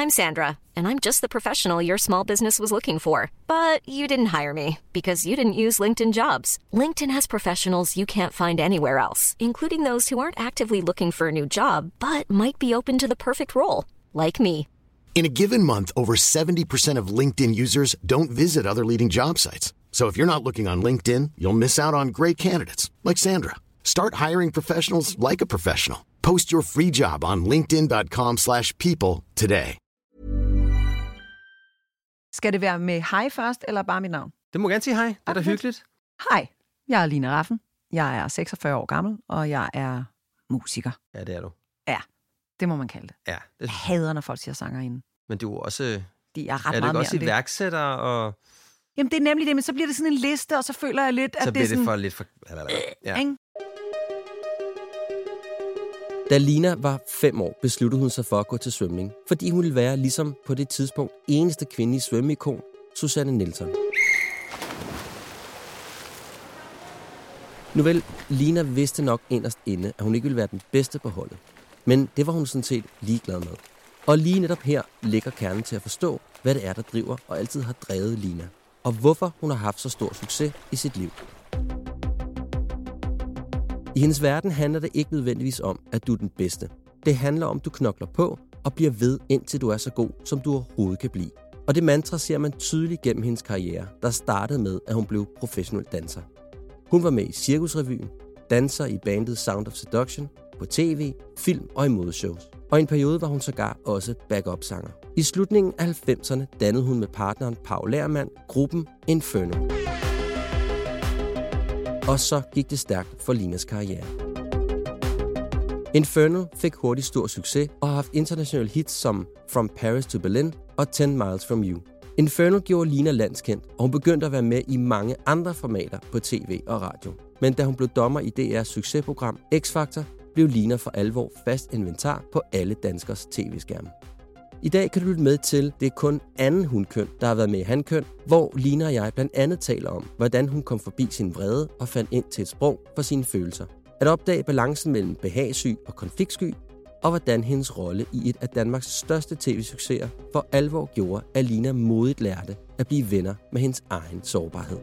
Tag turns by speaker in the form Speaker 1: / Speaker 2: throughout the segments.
Speaker 1: I'm Sandra, and I'm just the professional your small business was looking for. But you didn't hire me because you didn't use LinkedIn Jobs. LinkedIn has professionals you can't find anywhere else, including those who aren't actively looking for a new job, but might be open to the perfect role, like me.
Speaker 2: In a given month, over 70% of LinkedIn users don't visit other leading job sites. So if you're not looking on LinkedIn, you'll miss out on great candidates like Sandra. Start hiring professionals like a professional. Post your free job on linkedin.com/people today.
Speaker 3: Skal det være med hej først, eller bare mit navn?
Speaker 4: Det må gerne sige hej. Det er da hyggeligt.
Speaker 3: Hej, jeg er Line Raffen. Jeg er 46 år gammel, og jeg er musiker.
Speaker 4: Ja, det er du.
Speaker 3: Ja, det må man kalde det.
Speaker 4: Ja, det
Speaker 3: jeg hader, når folk siger sangerinde.
Speaker 4: Men du er også...
Speaker 3: De er ret
Speaker 4: er
Speaker 3: meget
Speaker 4: du også
Speaker 3: mere
Speaker 4: iværksætter og...
Speaker 3: Jamen, det er nemlig det, men så bliver det sådan en liste, og så føler jeg lidt, at
Speaker 4: så
Speaker 3: det er sådan...
Speaker 4: Så bliver det for lidt for... Ja.
Speaker 5: Da Lina var 5 år, besluttede hun sig for at gå til svømning, fordi hun ville være ligesom på det tidspunkt eneste kvindelige svømmeikon, Susanne Nielsen. Nu vel, Lina vidste nok inderst inde, at hun ikke ville være den bedste på holdet. Men det var hun sådan set ligeglad med. Og lige netop her ligger kernen til at forstå, hvad det er, der driver og altid har drevet Lina. Og hvorfor hun har haft så stor succes i sit liv. I hendes verden handler det ikke nødvendigvis om, at du er den bedste. Det handler om, at du knokler på og bliver ved, indtil du er så god, som du overhovedet kan blive. Og det mantra ser man tydeligt gennem hendes karriere, der startede med, at hun blev professionel danser. Hun var med i Cirkusrevyen, danser i bandet Sound of Seduction, på tv, film og i modeshows. Og i en periode var hun sågar også backup-sanger. I slutningen af 90'erne dannede hun med partneren Paul Lerman gruppen Inferno. Og så gik det stærkt for Linas karriere. Inferno fik hurtigt stor succes og har haft internationale hits som From Paris to Berlin og 10 Miles From You. Inferno gjorde Lina landskendt, og hun begyndte at være med i mange andre formater på tv og radio. Men da hun blev dommer i DR's succesprogram X-Factor, blev Lina for alvor fast inventar på alle danskers tv-skærme. I dag kan du lytte med til Det er kun anden hunkøn, der har været med i Hankøn, hvor Lina og jeg blandt andet taler om, hvordan hun kom forbi sin vrede og fandt ind til et sprog for sine følelser. At opdage balancen mellem behagsky og konfliktsky, og hvordan hendes rolle i et af Danmarks største tv-succeser for alvor gjorde, at Lina modigt lærte at blive venner med hendes egen sårbarhed.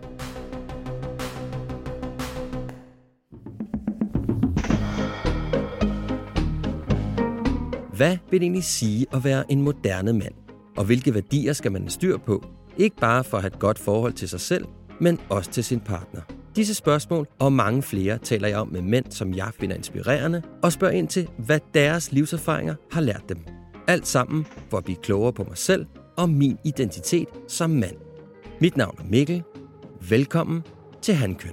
Speaker 5: Hvad vil det egentlig sige at være en moderne mand? Og hvilke værdier skal man have styr på? Ikke bare for at have et godt forhold til sig selv, men også til sin partner. Disse spørgsmål og mange flere taler jeg om med mænd, som jeg finder inspirerende, og spørger ind til, hvad deres livserfaringer har lært dem. Alt sammen for at blive klogere på mig selv og min identitet som mand. Mit navn er Mikkel. Velkommen til Hankøn.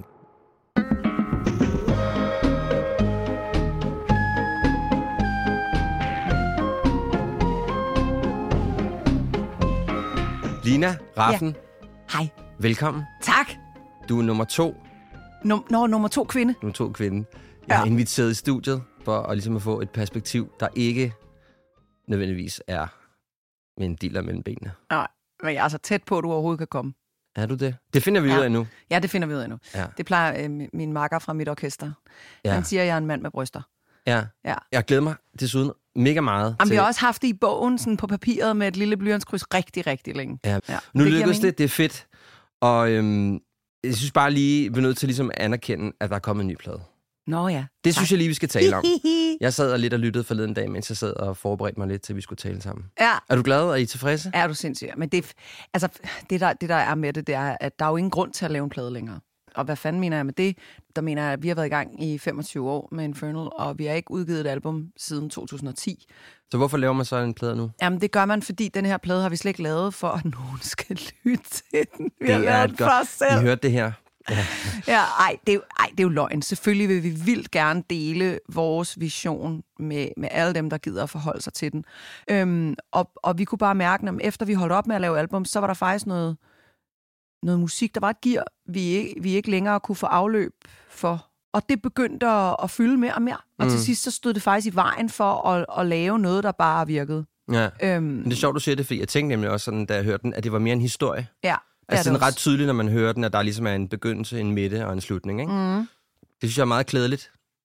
Speaker 4: Lina Raffen.
Speaker 3: Ja. Hej.
Speaker 4: Velkommen.
Speaker 3: Tak.
Speaker 4: Du er nummer 2.
Speaker 3: Nummer 2 kvinde.
Speaker 4: Nummer 2 kvinde. Jeg har inviteret i studiet for at, ligesom at få et perspektiv, der ikke nødvendigvis er med en diller mellem benene.
Speaker 3: Nej, men jeg er så tæt på, at du overhovedet kan komme.
Speaker 4: Er du det? Det finder vi ud af nu.
Speaker 3: Ja, det finder vi ud af nu.
Speaker 4: Ja.
Speaker 3: Det plejer min makker fra mit orkester. Ja. Han siger, at jeg er en mand med bryster.
Speaker 4: Ja. Jeg glæder mig desuden mega meget.
Speaker 3: Vi har også haft det i bogen sådan på papiret med et lille blyantskryds rigtig, rigtig længe.
Speaker 4: Ja. Nu lykkedes det er fedt. Og jeg synes bare lige, vi er nødt til ligesom at anerkende, at der er kommet en ny plade.
Speaker 3: Nå ja.
Speaker 4: Det synes jeg lige, vi skal tale om. Jeg sad og lidt og lyttede forleden dag, mens jeg sad og forberedte mig lidt til, at vi skulle tale sammen.
Speaker 3: Ja.
Speaker 4: Er du glad, og er I tilfredse?
Speaker 3: Er du sindssyg? Men det der er med det, det er, at der er jo ingen grund til at lave en plade længere. Og hvad fanden mener jeg med det? Der mener jeg, at vi har været i gang i 25 år med Infernal, og vi har ikke udgivet et album siden 2010.
Speaker 4: Så hvorfor laver man så en plade nu?
Speaker 3: Jamen, det gør man, fordi den her plade har vi slet ikke lavet, for at nogen skal lytte til den. Vi har lavet den for os selv.
Speaker 4: I hørte det her.
Speaker 3: Ja, det er jo løgn. Selvfølgelig vil vi vildt gerne dele vores vision med alle dem, der gider at forholde sig til den. Og vi kunne bare mærke, at efter vi holdt op med at lave album, så var der faktisk noget musik, der var et gear, vi ikke længere kunne få afløb for. Og det begyndte at fylde mere og mere. Og til sidst så stod det faktisk i vejen for at lave noget, der bare virkede.
Speaker 4: Ja. Men det er sjovt, du siger det, fordi jeg tænkte nemlig også sådan, da jeg hørte den, at det var mere en historie.
Speaker 3: Ja.
Speaker 4: Altså det er ret tydeligt, når man hører den, at der ligesom er en begyndelse, en midte og en slutning, ikke? Det synes jeg er meget klædeligt.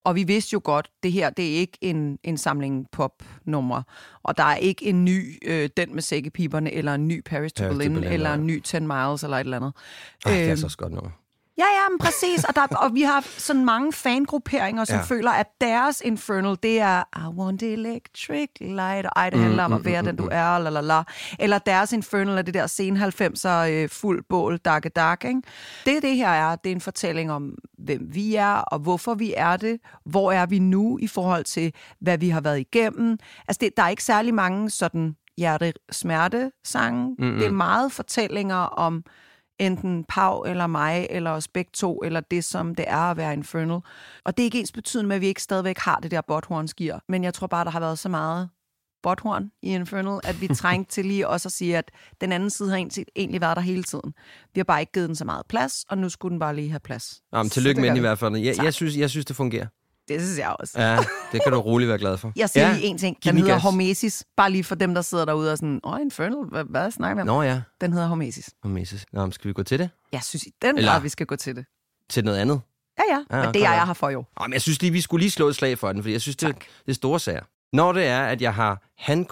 Speaker 3: Og vi vidste jo godt, det her, det er ikke en samling popnumre. Og der er ikke en ny Den med sækkepiberne, eller en ny Paris to Berlin, eller en ny 10 Miles, eller et eller andet.
Speaker 4: Det er så også godt nummer.
Speaker 3: Ja, men præcis. Og vi har sådan mange fangrupperinger, som føler, at deres Infernal, det er I want electric light, og det handler om at være den, du er, lalala. Eller deres Infernal er det der sen 90'er fuld bål, dark, ikke? Det her er, det er en fortælling om, hvem vi er, og hvorfor vi er det. Hvor er vi nu i forhold til, hvad vi har været igennem. Altså, der er ikke særlig mange sådan hjerte-smerte-sange. Det er meget fortællinger om enten Pau eller mig, eller os begge to, eller det, som det er at være Infernal. Og det er ikke ens betydende med, at vi ikke stadigvæk har det der butthorn-skir. Men jeg tror bare, der har været så meget butthorn i Infernal, at vi trængte til lige også at sige, at den anden side har egentlig været der hele tiden. Vi har bare ikke givet den så meget plads, og nu skulle den bare lige have plads.
Speaker 4: Jamen, tillykke med den i hvert fald. Jeg synes, det fungerer.
Speaker 3: Det synes jeg også.
Speaker 4: Ja, det kan du roligt være glad for.
Speaker 3: Jeg siger lige en ting. Den hedder Hormesis. Bare lige for dem, der sidder derude og sådan, Infernal, hvad snakker vi om?
Speaker 4: Nå ja.
Speaker 3: Den hedder Hormesis.
Speaker 4: Hormesis. Nå, skal vi gå til det?
Speaker 3: Jeg synes i den grad, vi skal gå til det.
Speaker 4: Til noget andet?
Speaker 3: Ja. Men det er jeg her for jo.
Speaker 4: Men jeg synes lige, vi skulle lige slå et slag for den, fordi jeg synes, det er store sager. Når det er, at jeg har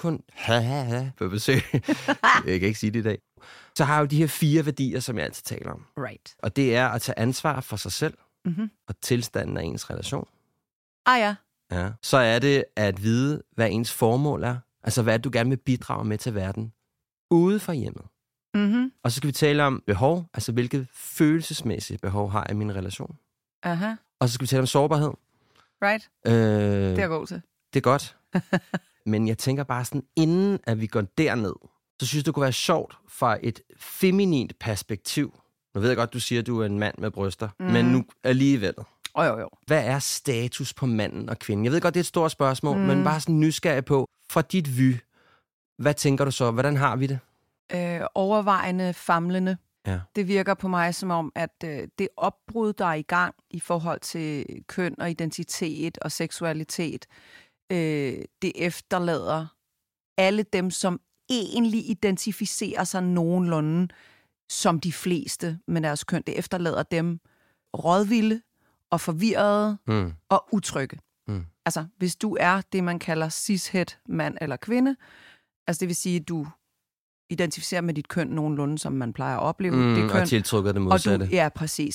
Speaker 4: på besøg, jeg kan ikke sige det i dag, så har jeg jo de her 4 værdier, som jeg altid taler om.
Speaker 3: Right.
Speaker 4: Og det er at tage ansvar for sig selv og tilstanden af ens relation.
Speaker 3: Ja.
Speaker 4: Så er det at vide, hvad ens formål er. Altså, hvad du gerne vil bidrage med til verden ude for hjemmet. Og så skal vi tale om behov, altså hvilket følelsesmæssige behov har jeg i min relation.
Speaker 3: Aha.
Speaker 4: Og så skal vi tale om sårbarhed.
Speaker 3: Right. Det er jeg god til.
Speaker 4: Det er godt. Men jeg tænker bare sådan, inden at vi går derned, så synes det kunne være sjovt fra et feminint perspektiv. Nu ved jeg godt, du siger, at du er en mand med bryster, men nu alligevel.
Speaker 3: Jo.
Speaker 4: Hvad er status på manden og kvinden? Jeg ved godt, det er et stort spørgsmål, men bare sådan nysgerrig på, fra dit vy, hvad tænker du så? Hvordan har vi det?
Speaker 3: Overvejende famlende.
Speaker 4: Ja.
Speaker 3: Det virker på mig som om, at det opbrud, der er i gang i forhold til køn og identitet og seksualitet, det efterlader alle dem, som egentlig identificerer sig nogenlunde som de fleste med deres køn. Det efterlader dem rådvilde og forvirrede og utrygge. Altså, hvis du er det, man kalder cishet, mand eller kvinde, altså det vil sige, at du identificerer med dit køn nogenlunde, som man plejer at opleve det køn.
Speaker 4: Og tiltrykker det modsatte.
Speaker 3: Ja, præcis.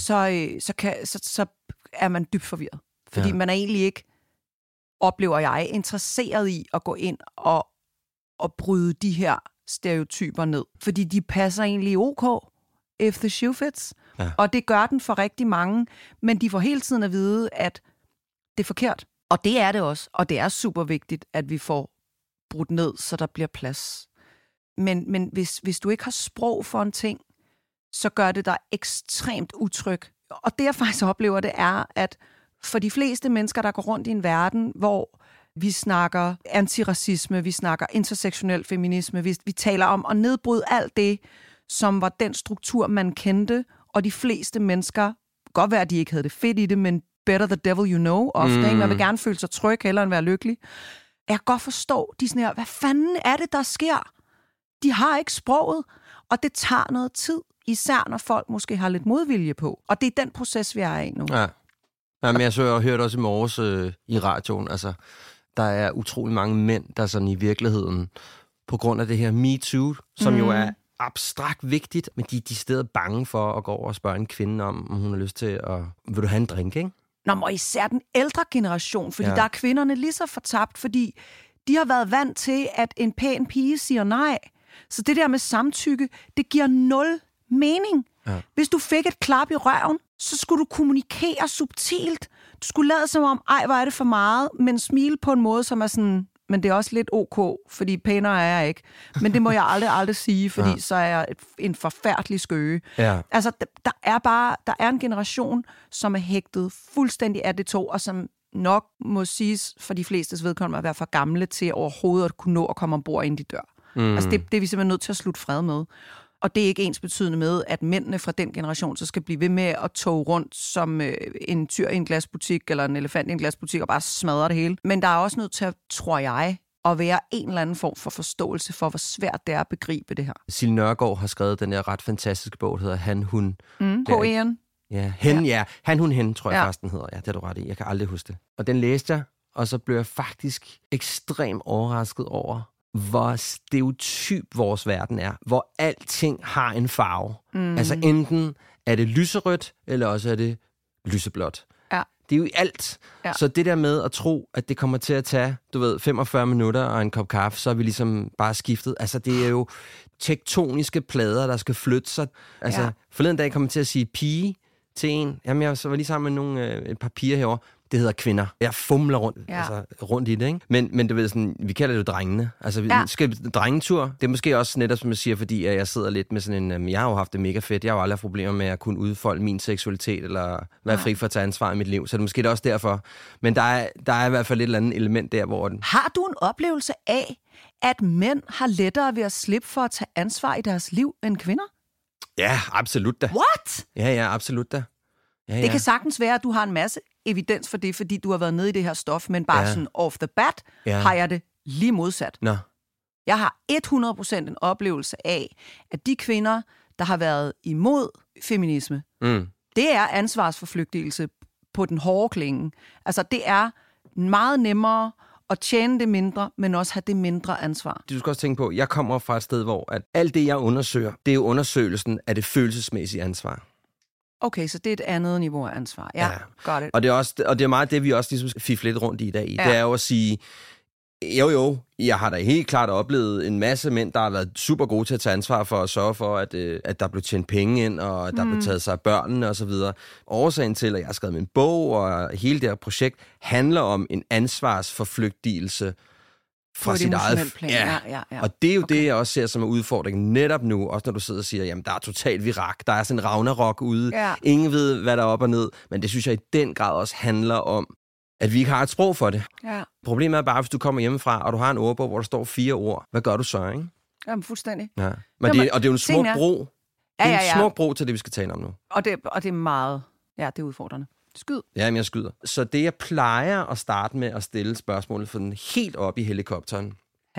Speaker 3: Så er man dybt forvirret. Fordi man er egentlig ikke, oplever jeg, interesseret i at gå ind og bryde de her stereotyper ned. Fordi de passer egentlig ok, if the shoe fits. Ja. Og det gør den for rigtig mange, men de får hele tiden at vide, at det er forkert. Og det er det også. Og det er super vigtigt, at vi får brudt ned, så der bliver plads. Men hvis du ikke har sprog for en ting, så gør det dig ekstremt utryg. Og det, jeg faktisk oplever, det er, at for de fleste mennesker, der går rundt i en verden, hvor vi snakker antiracisme, vi snakker intersektionel feminisme, vi taler om at nedbryde alt det, som var den struktur, man kendte, og de fleste mennesker, godt være, at de ikke havde det fedt i det, men better the devil you know, ofte, ikke? Man vil gerne føle sig tryg, hellere end være lykkelig. Jeg kan godt forstå, de sådan her, hvad fanden er det, der sker? De har ikke sproget, og det tager noget tid, især når folk måske har lidt modvilje på. Og det er den proces, vi er i nu.
Speaker 4: Ja. Men jeg så hørte også i morges i radioen, altså, der er utrolig mange mænd, der sådan i virkeligheden, på grund af det her MeToo, som jo er abstrakt vigtigt, men de er decideret bange for at gå over og spørge en kvinde om hun har lyst til at... Vil du have en drink, ikke?
Speaker 3: Nå, og især den ældre generation, fordi der er kvinderne lige så fortabt, fordi de har været vant til, at en pæn pige siger nej. Så det der med samtykke, det giver 0 mening. Ja. Hvis du fik et klap i røven, så skulle du kommunikere subtilt. Du skulle lade som om, ej, hvor er det for meget, men smile på en måde, som er sådan, men det er også lidt ok, fordi pænere er jeg ikke. Men det må jeg aldrig sige, fordi så er jeg en forfærdelig skøge. Ja. Altså, der er en generation, som er hægtet fuldstændig af det to, og som nok må siges for de flestes vedkommende at være for gamle til overhovedet at kunne nå at komme ombord, inden de dør. Altså, det er vi simpelthen nødt til at slutte fred med. Og det er ikke ens betydende med, at mændene fra den generation så skal blive ved med at toge rundt som en tyr i en glasbutik, eller en elefant i en glasbutik, og bare smadre det hele. Men der er også nødt til at, tror jeg, at være en eller anden form for forståelse for, hvor svært det er at begribe det her.
Speaker 4: Signe Nørgaard har skrevet den her ret fantastiske bog, der hedder Han, Hun.
Speaker 3: H.E.N.
Speaker 4: Ja, Han, hun, hende, tror jeg faktisk, den hedder. Ja, det er du ret i. Jeg kan aldrig huske det. Og den læste jeg, og så blev jeg faktisk ekstremt overrasket over, hvor stereotyp vores verden er. Hvor alting har en farve. Altså enten er det lyserødt, eller også er det lyseblåt.
Speaker 3: Ja.
Speaker 4: Det er jo i alt. Ja. Så det der med at tro, at det kommer til at tage, 45 minutter og en kop kaffe, så er vi ligesom bare skiftet. Altså, det er jo tektoniske plader, der skal flytte sig. Altså, forleden dag kom jeg til at sige pige til en. Jamen, jeg var lige sammen med et par piger herovre. Det hedder kvinder. Jeg fumler rundt i det, ikke? Men du ved, sådan, vi kalder det jo drengene. Altså, vi skal drengetur. Det er måske også netop, som jeg siger, fordi jeg sidder lidt med sådan en... Jeg har jo haft det mega fedt. Jeg har jo aldrig haft problemer med at kunne udfolde min seksualitet, eller være fri for at tage ansvar i mit liv. Så det er måske også derfor. Men der er i hvert fald et eller andet element der, hvor...
Speaker 3: Har du en oplevelse af, at mænd har lettere ved at slippe for at tage ansvar i deres liv end kvinder?
Speaker 4: Ja, absolut da.
Speaker 3: What?
Speaker 4: Ja, absolut da. Ja.
Speaker 3: Det kan sagtens være, at du har en masse evidens for det, fordi du har været nede i det her stof, men bare sådan off the bat har jeg det lige modsat.
Speaker 4: Nå.
Speaker 3: Jeg har 100% en oplevelse af, at de kvinder, der har været imod feminisme, det er ansvarsforflygtigelse på den hårde klinge. Altså, det er meget nemmere at tjene det mindre, men også have det mindre ansvar.
Speaker 4: Du skal også tænke på, jeg kommer fra et sted, hvor at alt det, jeg undersøger, det er jo undersøgelsen af det følelsesmæssige ansvar.
Speaker 3: Okay, så det er et andet niveau af ansvar. Ja, got it.
Speaker 4: Og det er meget det, vi også ligesom skal fifle lidt rundt i dag. Ja. Det er jo at sige, jo, jeg har da helt klart oplevet en masse mænd, der har været super gode til at tage ansvar for at sørge for, at der blev tjent penge ind, og at der blev taget sig af børnene osv. Årsagen til, at jeg har skrevet min bog, og hele det her projekt, handler om en ansvarsforflygtigelse fra sit eget
Speaker 3: plan. Ja.
Speaker 4: Og det er jo det, jeg også ser som en udfordring netop nu, også når du sidder og siger, jamen der er totalt virak, der er sådan en Ragnarok ude, ingen ved, hvad der er op og ned, men det synes jeg i den grad også handler om, at vi ikke har et sprog for det. Ja. Problemet er bare, hvis du kommer hjemmefra, og du har en ordbog, hvor der står 4 ord, hvad gør du så, ikke?
Speaker 3: Jamen, fuldstændig.
Speaker 4: Ja. Men det er jo en smuk bro. Det er en smuk bro til det, vi skal tale om nu.
Speaker 3: Og det er meget, det er udfordrende. Skyd.
Speaker 4: Jamen, jeg skyder. Så det, jeg plejer at starte med at stille spørgsmålet for den helt op i helikopteren,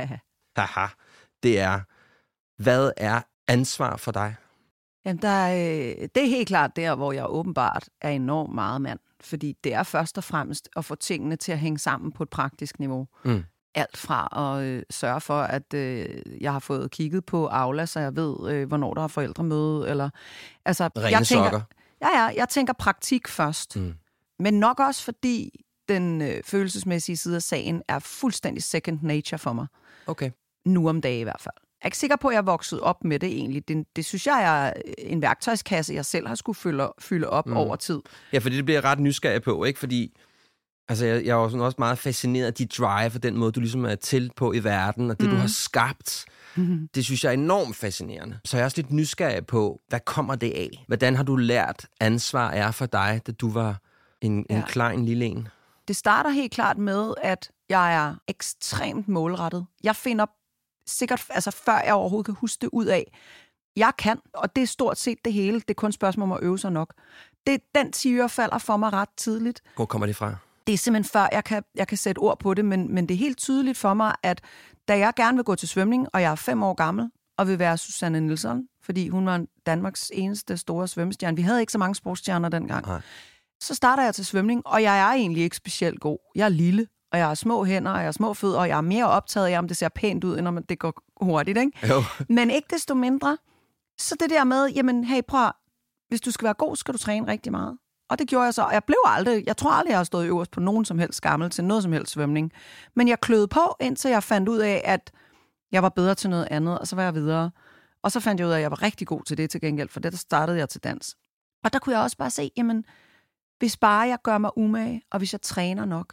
Speaker 4: det er, hvad er ansvar for dig?
Speaker 3: Jamen, det er helt klart der, hvor jeg åbenbart er enormt meget mand. Fordi det er først og fremmest at få tingene til at hænge sammen på et praktisk niveau. Alt fra at sørge for, at jeg har fået kigget på Aula, så jeg ved, hvornår der er forældremøde. Eller, altså,
Speaker 4: rene sokker.
Speaker 3: Jeg tænker praktik først. Men nok også fordi den følelsesmæssige side af sagen er fuldstændig second nature for mig.
Speaker 4: Okay.
Speaker 3: Nu om dagen i hvert fald. Jeg er ikke sikker på, at jeg er vokset op med det egentlig. Det synes jeg er en værktøjskasse, jeg selv har skulle fylde op over tid.
Speaker 4: Ja, fordi det bliver jeg ret nysgerrig på, ikke? Fordi altså, jeg er også meget fascineret af dit drive og den måde, du ligesom er til på i verden, og det, du har skabt. Det synes jeg er enormt fascinerende. Så jeg er også lidt nysgerrig på, hvad kommer det af? Hvordan har du lært, ansvar er for dig, da du var en klein lille en?
Speaker 3: Det starter helt klart med, at jeg er ekstremt målrettet. Jeg finder sikkert, altså før jeg overhovedet kan huske det ud af, jeg kan, og det er stort set det hele. Det er kun et spørgsmål om at øve sig nok. Den tyre falder for mig ret tidligt.
Speaker 4: Hvor kommer det fra?
Speaker 3: Det er simpelthen før, jeg kan sætte ord på det, men det er helt tydeligt for mig, at da jeg gerne vil gå til svømning, og jeg er 5 år gammel, og vil være Susanne Nielsen, fordi hun var Danmarks eneste store svømmestjerne. Vi havde ikke så mange sportsstjerner dengang. Nej. Så starter jeg til svømning, og jeg er egentlig ikke specielt god. Jeg er lille, og jeg har små hænder, og jeg har små fødder, og jeg er mere optaget af, om det ser pænt ud, end om det går hurtigt, ikke?
Speaker 4: Jo.
Speaker 3: Men ikke desto mindre, så det der med, jamen, hey, prøv, hvis du skal være god, skal du træne rigtig meget. Og det gjorde jeg så, og jeg tror aldrig, jeg har stået øverst på nogen som helst skammel til noget som helst svømning. Men jeg kløede på, indtil jeg fandt ud af, at jeg var bedre til noget andet, og så var jeg videre. Og så fandt jeg ud af, at jeg var rigtig god til det til gengæld, for det der startede jeg til dans. Og der kunne jeg også bare se, jamen, hvis bare jeg gør mig umage, og hvis jeg træner nok,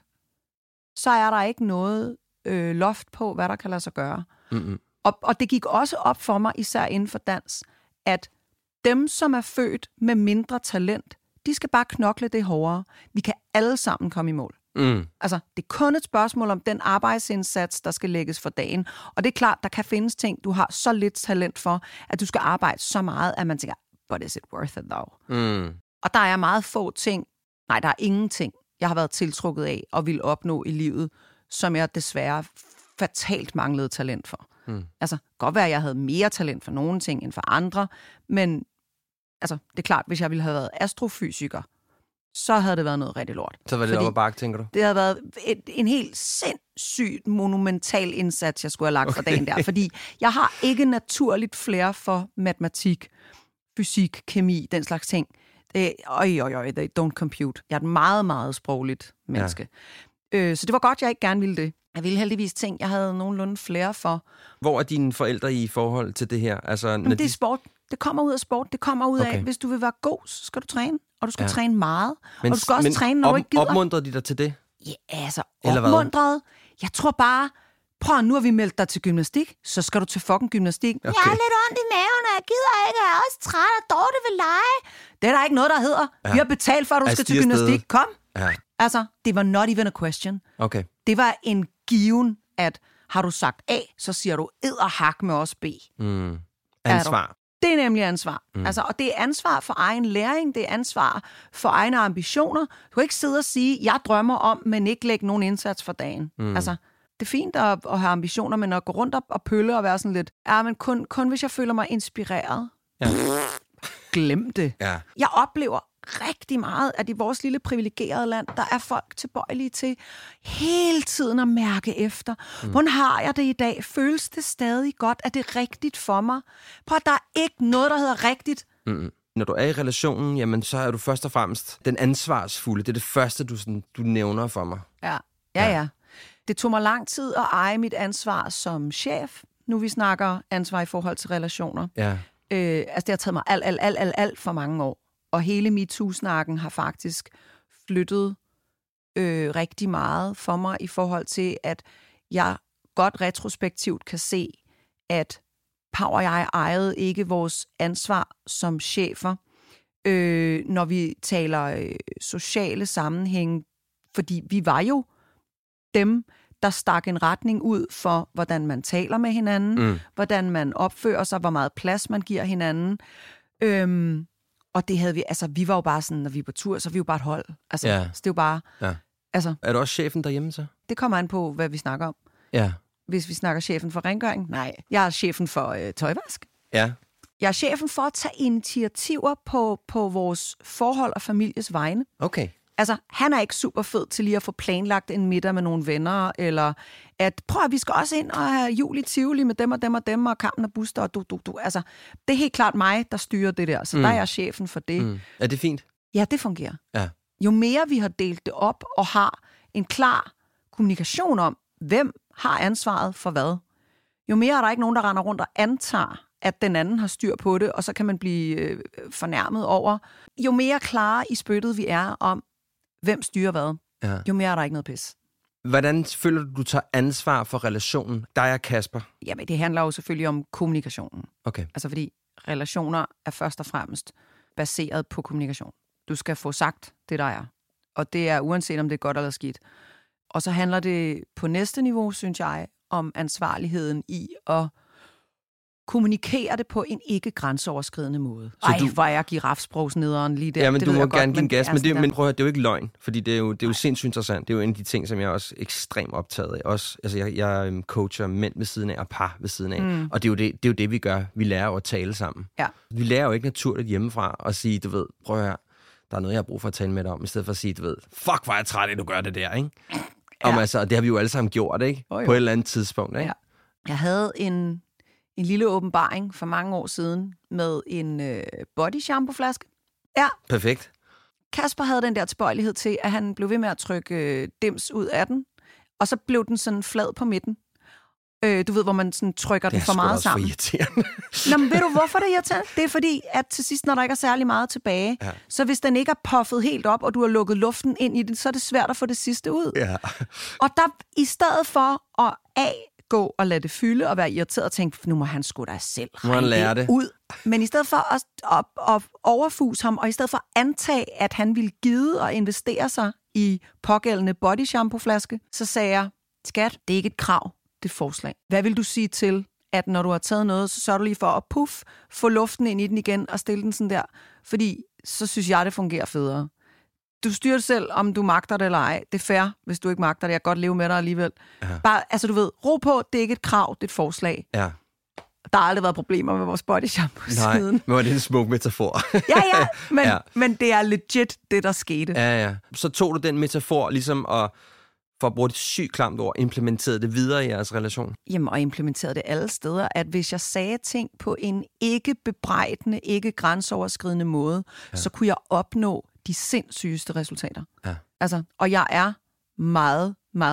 Speaker 3: så er der ikke noget loft på, hvad der kan lade sig gøre. Mm-hmm. Og det gik også op for mig, især inden for dans, at dem, som er født med mindre talent, de skal bare knokle det hårdere. Vi kan alle sammen komme i mål. Altså, det er kun et spørgsmål om den arbejdsindsats, der skal lægges for dagen. Og det er klart, der kan findes ting, du har så lidt talent for, at du skal arbejde så meget, at man tænker, but is it worth it though? Og der er meget få ting, nej, der er ingenting, jeg har været tiltrukket af og vil opnå i livet, som jeg desværre fatalt manglede talent for. Altså, godt være, at jeg havde mere talent for nogle ting end for andre, men Altså, det er klart, hvis jeg ville have været astrofysiker, så havde det været noget rigtig lort.
Speaker 4: Så var det op ad bakke, tænker du?
Speaker 3: Det havde været en helt sindssygt monumental indsats, jeg skulle have lagt for dagen der. Fordi jeg har ikke naturligt flere for matematik, fysik, kemi, den slags ting. They don't compute. Jeg er et meget, meget sprogligt menneske. Ja. Så det var godt, jeg ikke gerne ville det. Jeg ville heldigvis ting, jeg havde nogenlunde flere for.
Speaker 4: Hvor er dine forældre i forhold til det her? Altså,
Speaker 3: Jamen, det er sport. Det kommer ud af sport. Det kommer ud af, hvis du vil være god, så skal du træne. Og du skal træne meget. Og du skal også træne, når du ikke gider.
Speaker 4: Opmuntrede de dig til det?
Speaker 3: Ja, altså opmuntret. Jeg tror bare, prøv nu har vi meldt dig til gymnastik, så skal du til fucking gymnastik. Okay. Jeg har lidt ondt i maven, og jeg gider ikke, jeg er også træt, og Dorte vil lege. Det er der ikke noget, der hedder. Ja. Vi har betalt for, at du skal til gymnastik. Kom. Ja. Altså, det var not even a question.
Speaker 4: Okay.
Speaker 3: Det var en given, at har du sagt A, så siger du edderhak med os B.
Speaker 4: Ansvar.
Speaker 3: Det er nemlig ansvar. Altså, og det er ansvar for egen læring, det er ansvar for egne ambitioner. Du kan ikke sidde og sige, jeg drømmer om, men ikke lægge nogen indsats for dagen. Altså, det er fint at have ambitioner, men at gå rundt og pølle og være sådan lidt, men kun hvis jeg føler mig inspireret. Ja. Glem det. Ja. Jeg oplever rigtig meget, at i vores lille privilegerede land, der er folk tilbøjelige til hele tiden at mærke efter. Hvordan har jeg det i dag? Føles det stadig godt? Er det rigtigt for mig? Prøv at der er ikke noget, der hedder rigtigt.
Speaker 4: Når du er i relationen, jamen, så er du først og fremmest den ansvarsfulde. Det er det første, du nævner for mig.
Speaker 3: Ja. Det tog mig lang tid at eje mit ansvar som chef. Nu vi snakker ansvar i forhold til relationer. Ja. Altså det har taget mig alt for mange år. Og hele MeToo-snakken har faktisk flyttet rigtig meget for mig i forhold til, at jeg godt retrospektivt kan se, at Pau og jeg ejede ikke vores ansvar som chefer, når vi taler sociale sammenhæng, fordi vi var jo dem, der stak en retning ud for, hvordan man taler med hinanden, hvordan man opfører sig, hvor meget plads man giver hinanden. Og det havde vi, altså vi var jo bare sådan, når vi er på tur, så er vi jo bare et hold. Altså, så det er jo bare... Ja. Altså,
Speaker 4: er du også chefen derhjemme så?
Speaker 3: Det kommer an på, hvad vi snakker om. Ja. Hvis vi snakker chefen for rengøring, nej. Jeg er chefen for tøjvask. Ja. Jeg er chefen for at tage initiativer på vores forhold og families vegne.
Speaker 4: Okay.
Speaker 3: Altså, han er ikke super fed til lige at få planlagt en middag med nogle venner, eller at, prøv at vi skal også ind og have jul i Tivoli med dem og dem og dem, og Kampen og Buster og du. Altså, det er helt klart mig, der styrer det der, så der er jeg chefen for det.
Speaker 4: Er det fint?
Speaker 3: Ja, det fungerer. Ja. Jo mere vi har delt det op, og har en klar kommunikation om, hvem har ansvaret for hvad, jo mere er der ikke nogen, der render rundt og antager, at den anden har styr på det, og så kan man blive fornærmet over. Jo mere klare i spyttet vi er om, hvem styrer hvad, jo mere er der ikke noget pis.
Speaker 4: Hvordan føler du tager ansvar for relationen, dig og Kasper?
Speaker 3: Jamen, det handler jo selvfølgelig om kommunikationen.
Speaker 4: Okay.
Speaker 3: Altså, fordi relationer er først og fremmest baseret på kommunikation. Du skal få sagt det, der er. Og det er uanset, om det er godt eller skidt. Og så handler det på næste niveau, synes jeg, om ansvarligheden i at kommunikere det på en ikke grænseoverskridende måde. Hvor er jeg girafsprogsnederen lige der.
Speaker 4: Ja, men
Speaker 3: det
Speaker 4: du må gerne give en gas, men prøv at høre, det er jo ikke løgn, fordi det er jo sindssygt interessant. Det er jo en af de ting, som jeg er også ekstremt optaget af. Også, altså jeg coacher mænd ved siden af og par ved siden af, og det er jo det, vi gør. Vi lærer at tale sammen. Ja. Vi lærer jo ikke naturligt hjemmefra at sige, du ved, prøv at høre, der er noget, jeg har brug for at tale med dig om, i stedet for at sige, du ved, fuck, hvor er jeg træt af, du gør det der, ikke? Ja. Altså, det har vi jo alle sammen gjort, ikke? På et eller andet tidspunkt, ikke? Ja.
Speaker 3: Jeg havde en lille åbenbaring for mange år siden med en body shampoo-flaske. Ja.
Speaker 4: Perfekt.
Speaker 3: Kasper havde den der tilbøjelighed til, at han blev ved med at trykke dims ud af den, og så blev den sådan flad på midten. Du ved, hvor man sådan trykker den for meget sammen.
Speaker 4: Det er sgu også for irriterende.
Speaker 3: Nå, men ved du, hvorfor det er irriterende? Det er fordi, at til sidst, når der ikke er særlig meget tilbage, så hvis den ikke er puffet helt op, og du har lukket luften ind i den, så er det svært at få det sidste ud. Ja. Og der, i stedet for at gå og lade det fylde og være irriteret og tænke, nu må han sgu da selv regne det ud. Men i stedet for at overfuse ham, og i stedet for at antage, at han ville gide og investere sig i pågældende body shampoo-flaske, så sagde jeg, skat, det er ikke et krav, det er et forslag. Hvad vil du sige til, at når du har taget noget, så sørger du lige for at få luften ind i den igen og stille den sådan der, fordi så synes jeg, det fungerer federe. Du styrer selv, om du magter det eller ej. Det er fair, hvis du ikke magter det. Jeg kan godt leve med dig alligevel. Ja. Bare, altså du ved, ro på, det er ikke et krav, det er et forslag. Ja. Der har aldrig været problemer med vores body shampoo siden.
Speaker 4: Nej, men var det en smuk metafor?
Speaker 3: Ja, men det er legit det, der skete.
Speaker 4: Ja. Så tog du den metafor ligesom og, for at bruge et sygt klamt ord, implementerede det videre i jeres relation?
Speaker 3: Jamen, og implementerede det alle steder, at hvis jeg sagde ting på en ikke bebrejdende, ikke grænseoverskridende måde, så kunne jeg opnå de sindssygeste resultater.
Speaker 4: Ja.
Speaker 3: Altså, og jeg er meget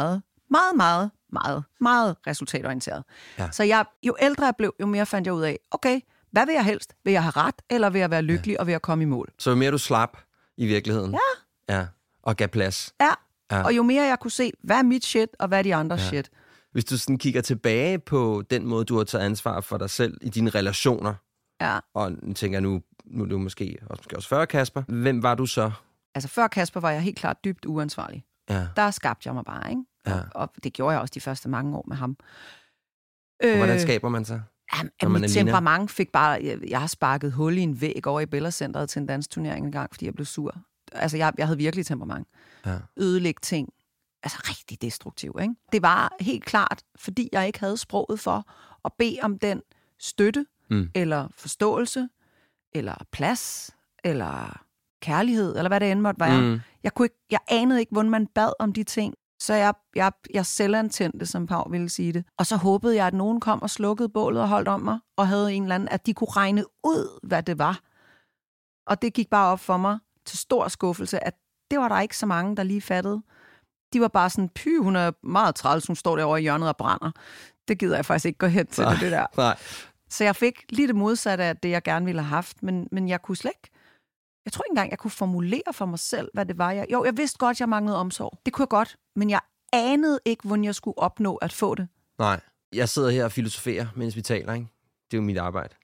Speaker 3: resultatorienteret.
Speaker 4: Ja.
Speaker 3: Så jo ældre jeg blev, jo mere fandt jeg ud af, okay, hvad vil jeg helst? Vil jeg have ret, eller vil jeg være lykkelig og vil jeg komme i mål?
Speaker 4: Så jo mere du slap i virkeligheden, ja, og gav plads.
Speaker 3: Ja, og jo mere jeg kunne se, hvad er mit shit, og hvad er de andres shit.
Speaker 4: Hvis du sådan kigger tilbage på den måde, du har taget ansvar for dig selv i dine relationer, og nu tænker jeg, nu er du måske også før Kasper. Hvem var du så?
Speaker 3: Altså før Kasper var jeg helt klart dybt uansvarlig.
Speaker 4: Ja.
Speaker 3: Der skabte jeg mig bare, ikke?
Speaker 4: Ja.
Speaker 3: Og det gjorde jeg også de første mange år med ham.
Speaker 4: Og hvordan skaber man sig?
Speaker 3: Mit temperament fik bare... Jeg har sparket hul i en væg over i Bella Centeret til en dansturnering en gang, fordi jeg blev sur. Altså, jeg havde virkelig temperament.
Speaker 4: Ja.
Speaker 3: Ødelægge ting. Altså, rigtig destruktiv, ikke? Det var helt klart, fordi jeg ikke havde sproget for at bede om den støtte, eller forståelse, eller plads, eller kærlighed, eller hvad det end måtte være. Jeg anede ikke, hvordan man bad om de ting. Så jeg selvantændte, som Pau ville sige det. Og så håbede jeg, at nogen kom og slukkede bålet og holdt om mig, og havde en eller anden, at de kunne regne ud, hvad det var. Og det gik bare op for mig til stor skuffelse, at det var der ikke så mange, der lige fattede. De var bare sådan, hun er meget træls, hun står derovre i hjørnet og brænder. Det gider jeg faktisk ikke gå hen til, det der.
Speaker 4: Nej.
Speaker 3: Så jeg fik lige det modsatte af det, jeg gerne ville have haft, men jeg kunne slet ikke. Jeg tror ikke engang, jeg kunne formulere for mig selv, hvad det var. Jeg vidste godt, jeg manglede omsorg. Det kunne jeg godt, men jeg anede ikke, hvordan jeg skulle opnå at få det.
Speaker 4: Nej, jeg sidder her og filosoferer, mens vi taler, ikke? Det er jo mit arbejde.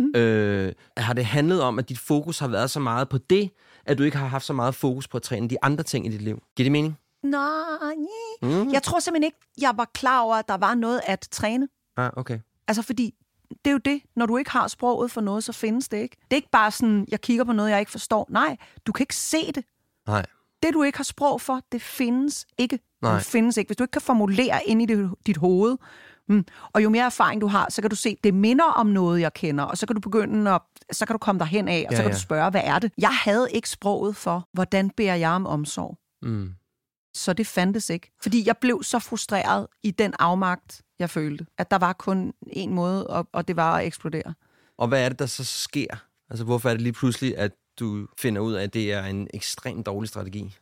Speaker 4: Har det handlet om, at dit fokus har været så meget på det, at du ikke har haft så meget fokus på at træne de andre ting i dit liv? Giver det mening?
Speaker 3: Nej. Jeg tror simpelthen ikke, jeg var klar over, at der var noget at træne.
Speaker 4: Okay.
Speaker 3: Altså fordi, det er jo det. Når du ikke har sproget for noget, så findes det ikke. Det er ikke bare sådan, jeg kigger på noget, jeg ikke forstår. Nej, du kan ikke se det.
Speaker 4: Nej.
Speaker 3: Det, du ikke har sprog for, det findes ikke.
Speaker 4: Nej.
Speaker 3: Det findes ikke. Hvis du ikke kan formulere ind i dit hoved, og jo mere erfaring du har, så kan du se, det minder om noget, jeg kender, og så kan du begynde så kan du komme derhen af, og så kan du spørge, hvad er det? Jeg havde ikke sproget for, hvordan beder jeg om omsorg. Så det fandtes ikke. Fordi jeg blev så frustreret i den afmagt, jeg følte, at der var kun én måde, og det var at eksplodere.
Speaker 4: Og hvad er det, der så sker? Altså, hvorfor er det lige pludselig, at du finder ud af, at det er en ekstremt dårlig strategi?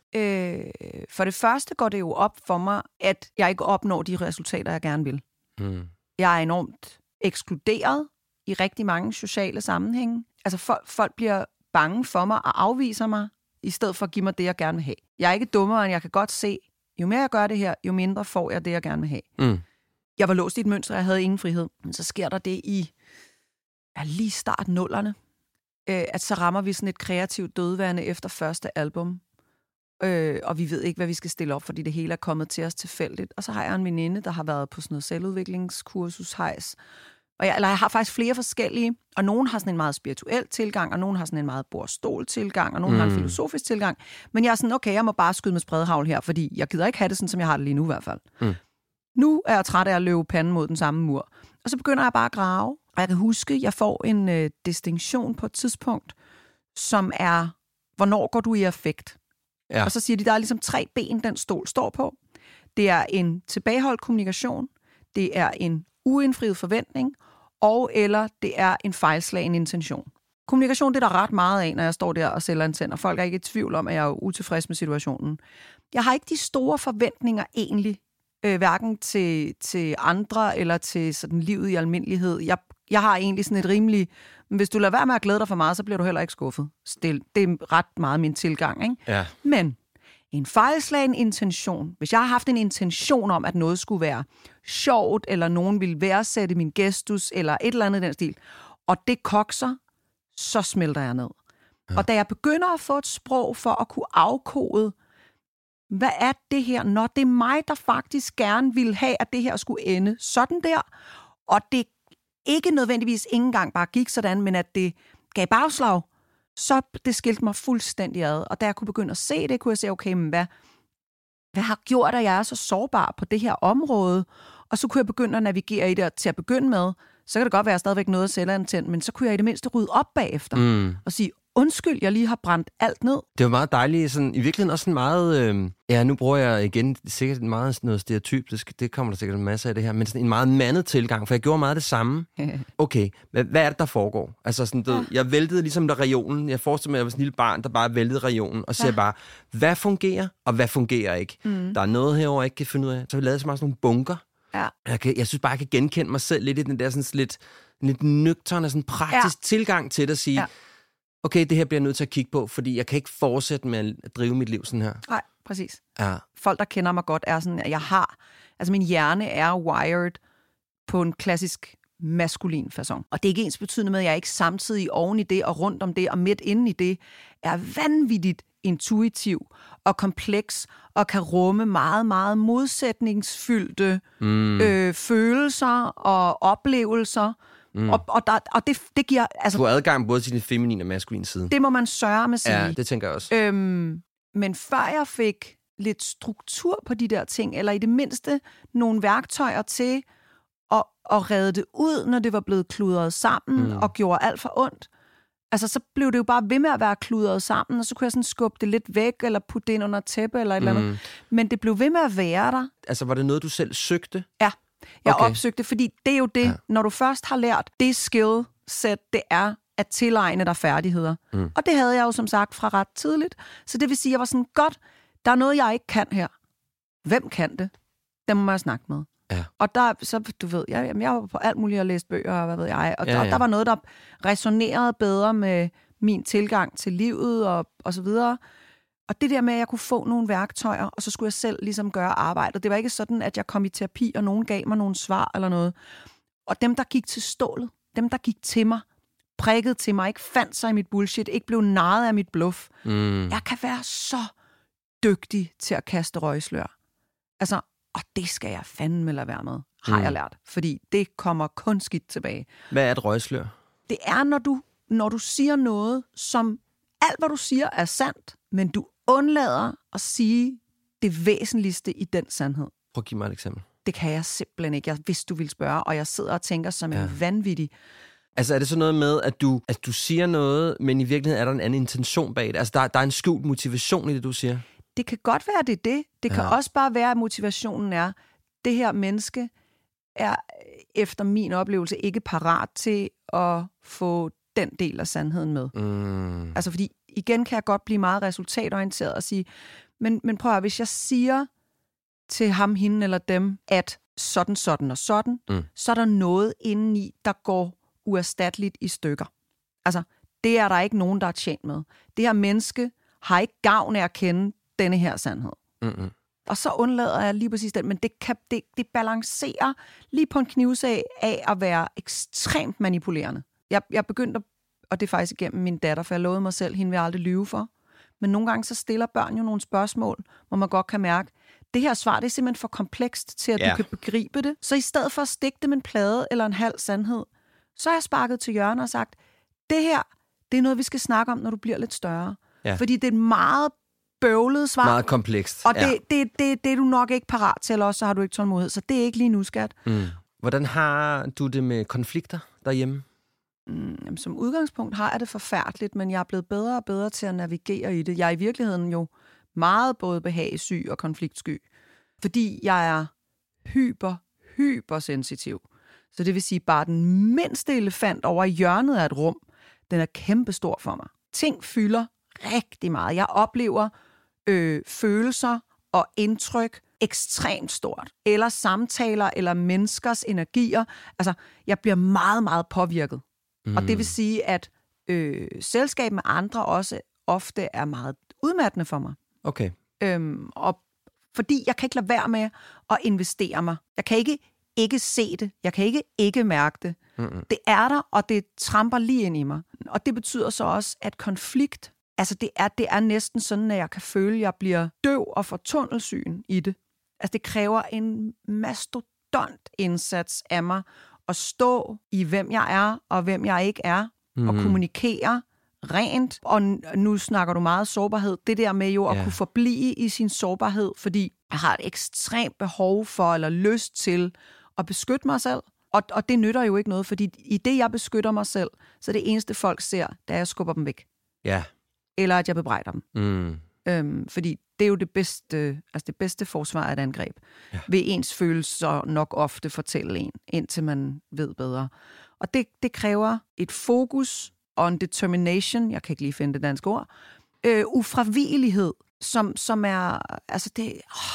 Speaker 3: For det første går det jo op for mig, at jeg ikke opnår de resultater, jeg gerne vil. Jeg er enormt ekskluderet i rigtig mange sociale sammenhænge. Altså, folk bliver bange for mig og afviser mig, i stedet for at give mig det, jeg gerne vil have. Jeg er ikke dummere, end jeg kan godt se, jo mere jeg gør det her, jo mindre får jeg det, jeg gerne vil have. Jeg var låst i et mønster, jeg havde ingen frihed. Men så sker der det i lige start 0'erne, at så rammer vi sådan et kreativt dødvande efter første album. Og vi ved ikke, hvad vi skal stille op, fordi det hele er kommet til os tilfældigt. Og så har jeg en veninde, der har været på sådan noget selvudviklingskursus, hejs. Og jeg har faktisk flere forskellige, og nogen har sådan en meget spirituel tilgang, og nogen har sådan en meget bordstol-tilgang, og nogen har en filosofisk tilgang. Men jeg er sådan, okay, jeg må bare skyde med spredhavl her, fordi jeg gider ikke have det sådan, som jeg har det lige nu i hvert fald. Nu er jeg træt af at løbe panden mod den samme mur. Og så begynder jeg bare at grave. Og jeg kan huske, at jeg får en distinktion på et tidspunkt, som er, hvornår går du i affekt? Ja. Og så siger de, der er ligesom 3 ben, den stol står på. Det er en tilbageholdt kommunikation, det er en uindfriet forventning, og eller det er en fejlslagen intention. Kommunikation, det er der ret meget af, når jeg står der og sælger en tænd, og folk er ikke i tvivl om, at jeg er utilfreds med situationen. Jeg har ikke de store forventninger egentlig, hverken til andre eller til sådan livet i almindelighed. Jeg har egentlig sådan et rimeligt, hvis du lader være med at glæde dig for meget, så bliver du heller ikke skuffet. Det er ret meget min tilgang, ikke?
Speaker 4: Ja.
Speaker 3: Men en fejlslagen intention, hvis jeg har haft en intention om, at noget skulle være sjovt, eller nogen ville værdsætte min gestus, eller et eller andet i den stil, og det kokser, så smelter jeg ned. Ja. Og da jeg begynder at få et sprog for at kunne afkode, hvad er det her, når det er mig, der faktisk gerne ville have, at det her skulle ende sådan der, og det ikke nødvendigvis ikke engang bare gik sådan, men at det gav bagslag, så det skilte mig fuldstændig ad. Og da jeg kunne begynde at se det, kunne jeg se, okay, men hvad har gjort, at jeg er så sårbar på det her område? Og så kunne jeg begynde at navigere i det, til at begynde med, så kan det godt være, at jeg stadigvæk noget at selvantændt, men så kunne jeg i det mindste rydde op bagefter og sige, undskyld, jeg lige har brændt alt ned.
Speaker 4: Det var meget dejligt, sådan, i virkeligheden også sådan meget, nu bruger jeg igen sikkert meget noget stereotyp, det kommer der sikkert en masse af det her, men sådan en meget mandet tilgang, for jeg gjorde meget det samme. Okay, hvad er det, der foregår? Altså sådan, jeg væltede ligesom der regionen, jeg forestiller mig, at jeg var sådan en lille barn, der bare væltede regionen, og siger bare, hvad fungerer, og hvad fungerer ikke? Der er noget herovre, jeg ikke kan finde ud af. Så vi lavede så meget sådan nogle bunker. Ja. Jeg synes bare, jeg kan genkende mig selv lidt i den der sådan lidt nøgtern og sådan praktisk tilgang til det, at sige, okay, det her bliver jeg nødt til at kigge på, fordi jeg kan ikke fortsætte med at drive mit liv sådan her. Nej,
Speaker 3: præcis. Ja. Folk, der kender mig godt, er sådan, at min hjerne er wired på en klassisk maskulin façon. Og det er ikke ens betydende med, at jeg ikke samtidig oven i det og rundt om det og midt inde i det er vanvittigt intuitiv og kompleks og kan rumme meget, meget modsætningsfyldte følelser og oplevelser. Og det giver... Altså,
Speaker 4: du har adgang både til din feminine og maskuline side.
Speaker 3: Det må man sørge med at sige.
Speaker 4: Ja, det tænker jeg også.
Speaker 3: Men før jeg fik lidt struktur på de der ting, eller i det mindste nogle værktøjer til at redde det ud, når det var blevet kludret sammen og gjorde alt for ondt, altså så blev det jo bare ved med at være kludret sammen, og så kunne jeg sådan skubbe det lidt væk, eller putte det ind under tæppe, eller et eller andet. Men det blev ved med at være der.
Speaker 4: Altså var det noget, du selv søgte?
Speaker 3: Ja. Jeg opsøgte, fordi det er jo det, når du først har lært det skillset, det er at tilegne dig færdigheder. Og det havde jeg jo som sagt fra ret tidligt. Så det vil sige, at jeg var sådan, godt, der er noget, jeg ikke kan her. Hvem kan det? Dem må jeg snakke med. Ja. Og der, så du ved, jeg var på alt muligt og læste bøger, og hvad ved jeg. Og der var noget, der resonerede bedre med min tilgang til livet og så videre. Og det der med, at jeg kunne få nogle værktøjer, og så skulle jeg selv ligesom gøre arbejdet. Det var ikke sådan, at jeg kom i terapi, og nogen gav mig nogle svar eller noget. Og dem, der gik til stålet, dem, der gik til mig, prikkede til mig, ikke fandt sig i mit bullshit, ikke blev narret af mit bluff. Jeg kan være så dygtig til at kaste røgslør. Altså, og det skal jeg fandme lade være med, har jeg lært. Fordi det kommer kun skidt tilbage.
Speaker 4: Hvad er et røgslør?
Speaker 3: Det er, når du siger noget, som alt, hvad du siger, er sandt, men du undlader at sige det væsentligste i den sandhed.
Speaker 4: Prøv at give mig et eksempel.
Speaker 3: Det kan jeg simpelthen ikke. Jeg vidste, du ville spørge, og jeg sidder og tænker som en vanvittig.
Speaker 4: Altså er det så noget med, at du siger noget, men i virkeligheden er der en anden intention bag det? Altså der er en skjult motivation i det, du siger?
Speaker 3: Det kan godt være, det er det. Det kan også bare være, at motivationen er, det her menneske er efter min oplevelse ikke parat til at få den del af sandheden med. Altså fordi, igen kan jeg godt blive meget resultatorienteret og sige, men prøv at hvis jeg siger til ham, hende eller dem, at sådan, sådan og sådan, så er der noget indeni, der går uerstatteligt i stykker. Altså, det er der ikke nogen, der er tjent med. Det her menneske har ikke gavn af at kende denne her sandhed. Og så undlader jeg lige præcis den, men det balancerer lige på en knivsæg af at være ekstremt manipulerende. Jeg begyndte, og det er faktisk igennem min datter, for jeg lovede mig selv, hende vil jeg aldrig lyve for. Men nogle gange så stiller børn jo nogle spørgsmål, hvor man godt kan mærke, det her svar, det er simpelthen for komplekst til, at du kan begribe det. Så i stedet for at stikke det med en plade eller en halv sandhed, så har jeg sparket til hjørnet og sagt, det her, det er noget, vi skal snakke om, når du bliver lidt større. Ja. Fordi det er et meget bøvlet svar.
Speaker 4: Meget komplekst.
Speaker 3: Og det er du nok ikke parat til, eller også så har du ikke tålmodighed. Så det er ikke lige nu, skat.
Speaker 4: Hvordan har du det med konflikter derhjemme?
Speaker 3: Jamen, som udgangspunkt har jeg det forfærdeligt, men jeg er blevet bedre og bedre til at navigere i det. Jeg er i virkeligheden jo meget både behagesyg og konfliktsky, fordi jeg er hypersensitiv. Så det vil sige, bare den mindste elefant over i hjørnet af et rum, den er kæmpestor for mig. Ting fylder rigtig meget. Jeg oplever følelser og indtryk ekstremt stort. Eller samtaler, eller menneskers energier. Altså, jeg bliver meget, meget påvirket. Og det vil sige, at selskab med andre også ofte er meget udmattende for mig.
Speaker 4: Okay.
Speaker 3: Og fordi jeg kan ikke lade være med at investere mig. Jeg kan ikke se det. Jeg kan ikke mærke det. Det er der, og det tramper lige ind i mig. Og det betyder så også, at konflikt, altså det er næsten sådan, at jeg kan føle, at jeg bliver døv og får tunnelsyn i det. Altså det kræver en mastodont indsats af mig at stå i, hvem jeg er og hvem jeg ikke er, og kommunikere rent. Og nu snakker du meget sårbarhed. Det der med jo at kunne forblive i sin sårbarhed, fordi jeg har et ekstremt behov for, eller lyst til, at beskytte mig selv. Og det nytter jo ikke noget, fordi i det, jeg beskytter mig selv, så det eneste folk ser, det er, at jeg skubber dem væk.
Speaker 4: Ja.
Speaker 3: Eller at jeg bebrejder dem.
Speaker 4: Mm.
Speaker 3: Fordi det er jo det bedste forsvar af et angreb. Ja. Vil ens følelser nok ofte fortælle en, indtil man ved bedre. Og det kræver et fokus og en determination, jeg kan ikke lige finde det danske ord, ufravigelighed, som er, altså det,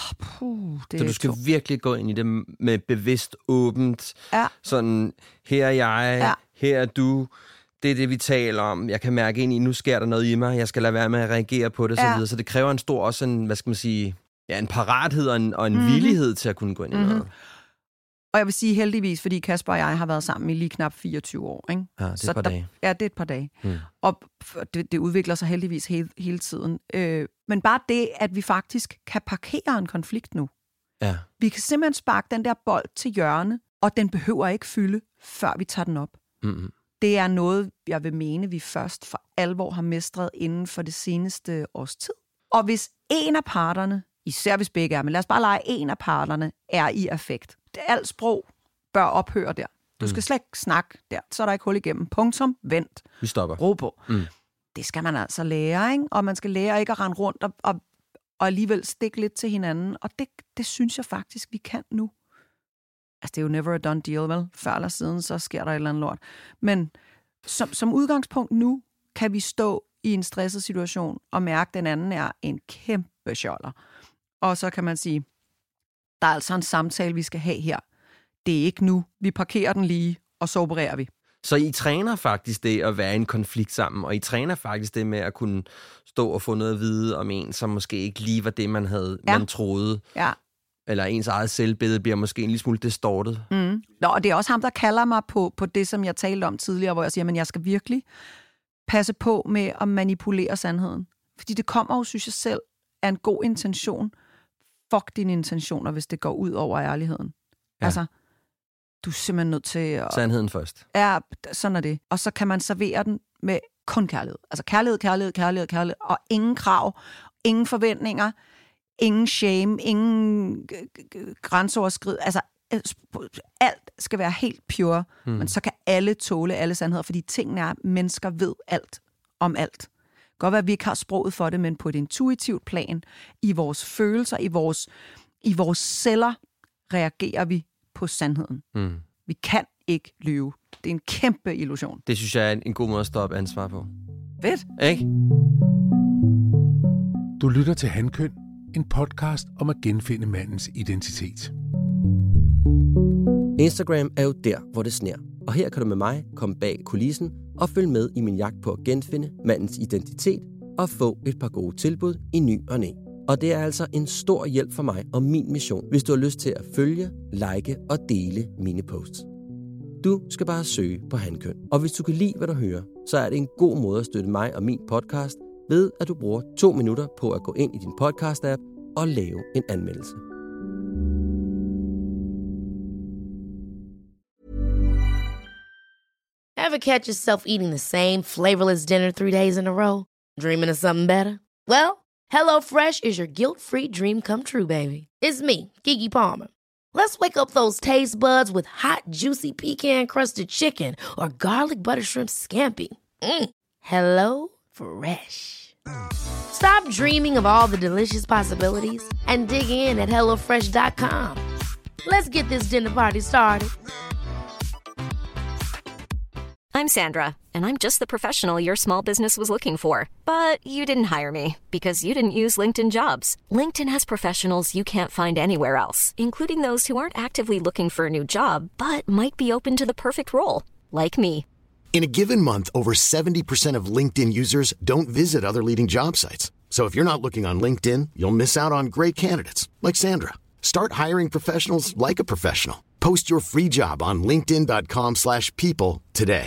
Speaker 3: det
Speaker 4: så du skal virkelig gå ind i det med bevidst åbent, sådan, her er jeg, her er du, det er det, vi taler om, jeg kan mærke ind i, nu sker der noget i mig, jeg skal lade være med at reagere på det, så videre. Så det kræver en stor, også en, hvad skal man sige, en parathed og en villighed til at kunne gå ind i noget.
Speaker 3: Og jeg vil sige heldigvis, fordi Kasper og jeg har været sammen i lige knap 24 år. Ikke?
Speaker 4: Ja, det er et par dage.
Speaker 3: Ja, det er et par dage. Og det udvikler sig heldigvis hele tiden. Men bare det, at vi faktisk kan parkere en konflikt nu. Ja. Vi kan simpelthen sparke den der bold til hjørne, og den behøver ikke fylde, før vi tager den op. Mm-hmm. Det er noget, jeg vil mene, vi først for alvor har mestret inden for det seneste års tid. Og hvis en af parterne, især hvis begge er, men lad os bare lege, en af parterne er i affekt. Alt sprog bør ophøre der. Du skal slet ikke snakke der, så er der ikke hul igennem. Punktum, vent.
Speaker 4: Vi stopper.
Speaker 3: Ro på. Det skal man altså lære, ikke? Og man skal lære ikke at rende rundt og alligevel stikke lidt til hinanden. Og det synes jeg faktisk, vi kan nu. Altså, det er jo never a done deal, vel? Før eller siden, så sker der et eller andet lort. Men som udgangspunkt nu, kan vi stå i en stresset situation og mærke, at den anden er en kæmpe sjoller. Og så kan man sige, der er altså en samtale, vi skal have her. Det er ikke nu. Vi parkerer den lige, og så opererer vi.
Speaker 4: Så I træner faktisk det at være i en konflikt sammen, og I træner faktisk det med at kunne stå og få noget at vide om en, som måske ikke lige var det, man troede. Ja. Eller ens eget selvbillede bliver måske en lille smule distortet.
Speaker 3: Nå, og det er også ham, der kalder mig på det, som jeg talte om tidligere, hvor jeg siger, men jeg skal virkelig passe på med at manipulere sandheden. Fordi det kommer jo, synes jeg selv, af en god intention. Fuck dine intentioner, hvis det går ud over ærligheden. Ja. Altså, du er simpelthen nødt til at...
Speaker 4: Sandheden først.
Speaker 3: Ja, sådan er det. Og så kan man servere den med kun kærlighed. Altså kærlighed, og ingen krav, ingen forventninger, ingen shame, ingen grænseoverskrid. Altså, alt skal være helt pure, men så kan alle tåle alle sandheder, fordi tingene er, mennesker ved alt om alt. Det kan godt være, at vi ikke har sproget for det, men på et intuitivt plan, i vores følelser, i vores celler, reagerer vi på sandheden. Vi kan ikke lyve. Det er en kæmpe illusion.
Speaker 4: Det synes jeg er en god måde at stoppe ansvar på.
Speaker 3: Fedt.
Speaker 4: Ikke?
Speaker 6: Du lytter til Hankøn, en podcast om at genfinde mandens identitet.
Speaker 5: Instagram er jo der, hvor det sner. Og her kan du med mig komme bag kulissen og følge med i min jagt på at genfinde mandens identitet og få et par gode tilbud i ny og næ. Og det er altså en stor hjælp for mig og min mission, hvis du har lyst til at følge, like og dele mine posts. Du skal bare søge på Hankøn. Og hvis du kan lide, hvad du hører, så er det en god måde at støtte mig og min podcast ved, at du bruger 2 minutter på at gå ind i din podcast-app og lave en anmeldelse.
Speaker 7: Ever catch yourself eating the same flavorless dinner 3 days in a row? Dreaming of something better? Well, HelloFresh is your guilt-free dream come true, baby. It's me, Keke Palmer. Let's wake up those taste buds with hot, juicy pecan-crusted chicken or garlic butter shrimp scampi. Hello Fresh. Stop dreaming of all the delicious possibilities and dig in at HelloFresh.com. Let's get this dinner party started.
Speaker 1: I'm Sandra, and I'm just the professional your small business was looking for. But you didn't hire me because you didn't use LinkedIn Jobs. LinkedIn has professionals you can't find anywhere else, including those who aren't actively looking for a new job, but might be open to the perfect role, like me.
Speaker 2: In a given month, over 70% of LinkedIn users don't visit other leading job sites. So if you're not looking on LinkedIn, you'll miss out on great candidates like Sandra. Start hiring professionals like a professional. Post your free job on linkedin.com/people today.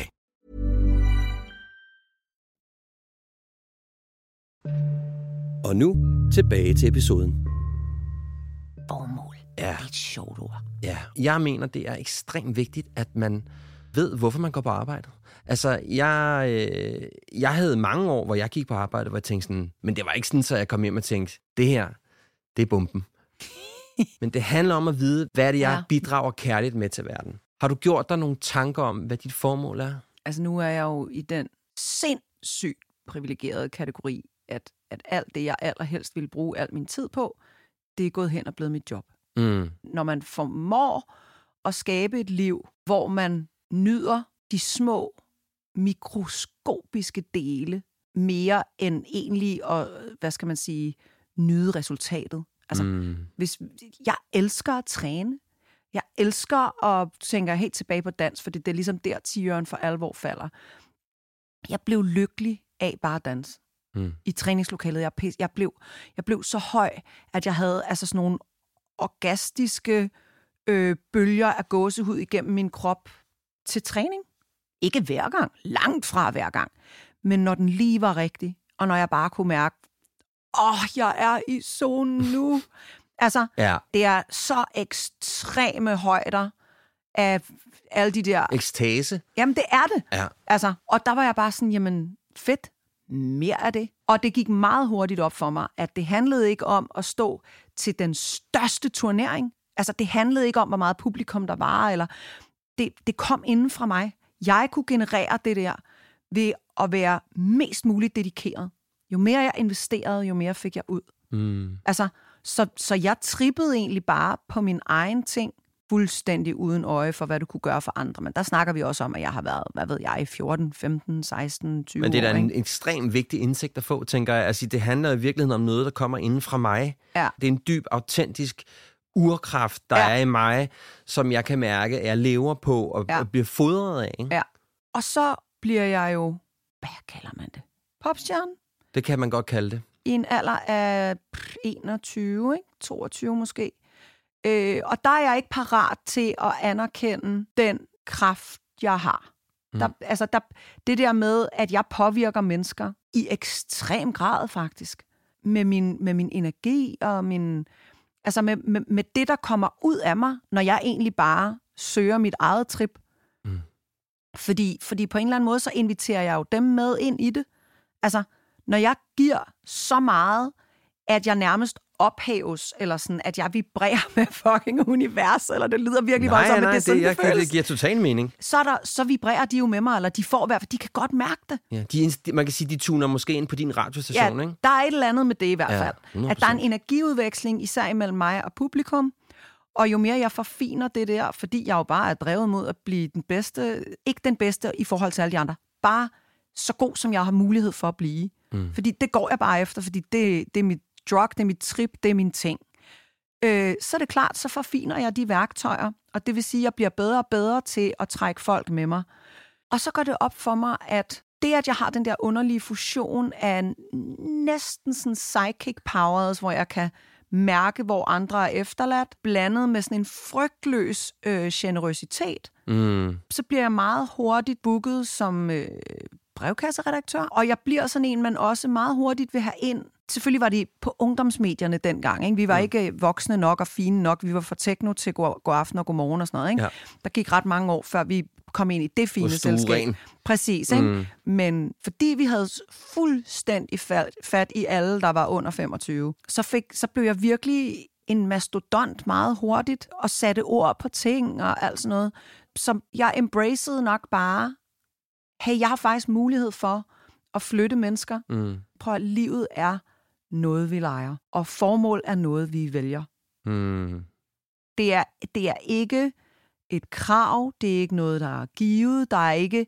Speaker 5: Og nu tilbage til episoden.
Speaker 3: Formål.
Speaker 4: Ja.
Speaker 3: Det er et sjovt ord.
Speaker 4: Ja, jeg mener, det er ekstremt vigtigt, at man ved, hvorfor man går på arbejde. Altså, jeg havde mange år, hvor jeg gik på arbejde, hvor jeg tænkte sådan, men det var ikke sådan, så jeg kom hjem og tænkte, det her, det er bomben. Men det handler om at vide, hvad det er, jeg bidrager kærligt med til verden. Har du gjort dig nogle tanker om, hvad dit formål er?
Speaker 3: Altså nu er jeg jo i den sindssygt privilegerede kategori, at alt det, jeg allerhelst ville bruge al min tid på, det er gået hen og blevet mit job. Når man formår at skabe et liv, hvor man nyder de små, mikroskopiske dele mere end egentlig at, nyde resultatet. Altså, hvis jeg elsker at træne, jeg elsker at tænke helt tilbage på dans, fordi det er ligesom der tiøren for alvor falder. Jeg blev lykkelig af bare at danse. I træningslokalet. Jeg blev så høj, at jeg havde altså sådan nogle orgastiske bølger af gåsehud igennem min krop til træning. Ikke hver gang, langt fra hver gang, men når den lige var rigtig, og når jeg bare kunne mærke, jeg er i zonen nu. Altså, Det er så ekstreme højder af alle de der...
Speaker 4: Ekstase?
Speaker 3: Jamen, det er det.
Speaker 4: Ja.
Speaker 3: Altså, og der var jeg bare sådan, jamen, fedt, mere af det. Og det gik meget hurtigt op for mig, at det handlede ikke om at stå til den største turnering. Altså, det handlede ikke om, hvor meget publikum der var, eller... Det kom inden fra mig. Jeg kunne generere det der ved at være mest muligt dedikeret. Jo mere jeg investerede, jo mere fik jeg ud. Altså, så jeg trippede egentlig bare på min egen ting, fuldstændig uden øje for, hvad du kunne gøre for andre. Men der snakker vi også om, at jeg har været, 14, 15, 16, 20 år.
Speaker 4: Men det er da en ekstremt vigtig indsigt at få, tænker jeg. Altså, det handler i virkeligheden om noget, der kommer inden fra mig.
Speaker 3: Ja.
Speaker 4: Det er en dyb, autentisk urkraft, der er i mig, som jeg kan mærke, at jeg lever på og bliver fodret af. Ikke?
Speaker 3: Ja. Og så bliver jeg jo, hvad kalder man det? Popstjerne?
Speaker 4: Det kan man godt kalde det.
Speaker 3: I en alder af 21, ikke? 22 måske. Og der er jeg ikke parat til at anerkende den kraft, jeg har. Det der med, at jeg påvirker mennesker i ekstrem grad faktisk. Med min energi og med det, der kommer ud af mig, når jeg egentlig bare søger mit eget trip. Fordi på en eller anden måde, så inviterer jeg jo dem med ind i det. Altså, når jeg giver så meget, at jeg nærmest ophæves, eller sådan, at jeg vibrerer med fucking universet, eller det lyder virkelig voldsomt, men det er sådan, det føles.
Speaker 4: Det giver total mening.
Speaker 3: Så vibrerer de jo med mig, eller de får i hvert fald, de kan godt mærke det.
Speaker 4: Ja, man kan sige, de tuner måske ind på din radiostation, ikke?
Speaker 3: Der er et eller andet med det i hvert fald. 100%. At der er en energiudveksling, især imellem mig og publikum, og jo mere jeg forfiner det der, fordi jeg jo bare er drevet mod at blive den bedste, ikke den bedste i forhold til alle de andre, bare så god, som jeg har mulighed for at blive. Fordi det går jeg bare efter, fordi det er mit drug, det er mit trip, det er min ting. Så er det klart, så forfiner jeg de værktøjer, og det vil sige, at jeg bliver bedre og bedre til at trække folk med mig. Og så går det op for mig, at det, at jeg har den der underlige fusion af næsten sådan psychic powers, hvor jeg kan mærke, hvor andre er efterladt, blandet med sådan en frygtløs generøsitet, så bliver jeg meget hurtigt booket som brevkasseredaktør, og jeg bliver sådan en, man også meget hurtigt vil have ind. Selvfølgelig var det på ungdomsmedierne dengang, ikke? Vi var ikke voksne nok og fine nok. Vi var fra techno til god aften og god morgen og sådan noget, ikke? Ja. Der gik ret mange år, før vi kom ind i det fine selskab. Præcis, ikke? Men fordi vi havde fuldstændig fat i alle, der var under 25, så blev jeg virkelig en mastodont meget hurtigt og satte ord på ting og alt sådan noget. Så jeg embracede nok bare, hey, jeg har faktisk mulighed for at flytte mennesker. Prøv at livet er noget, vi leger. Og formål er noget, vi vælger. Det er ikke et krav. Det er ikke noget, der er givet. Der er ikke,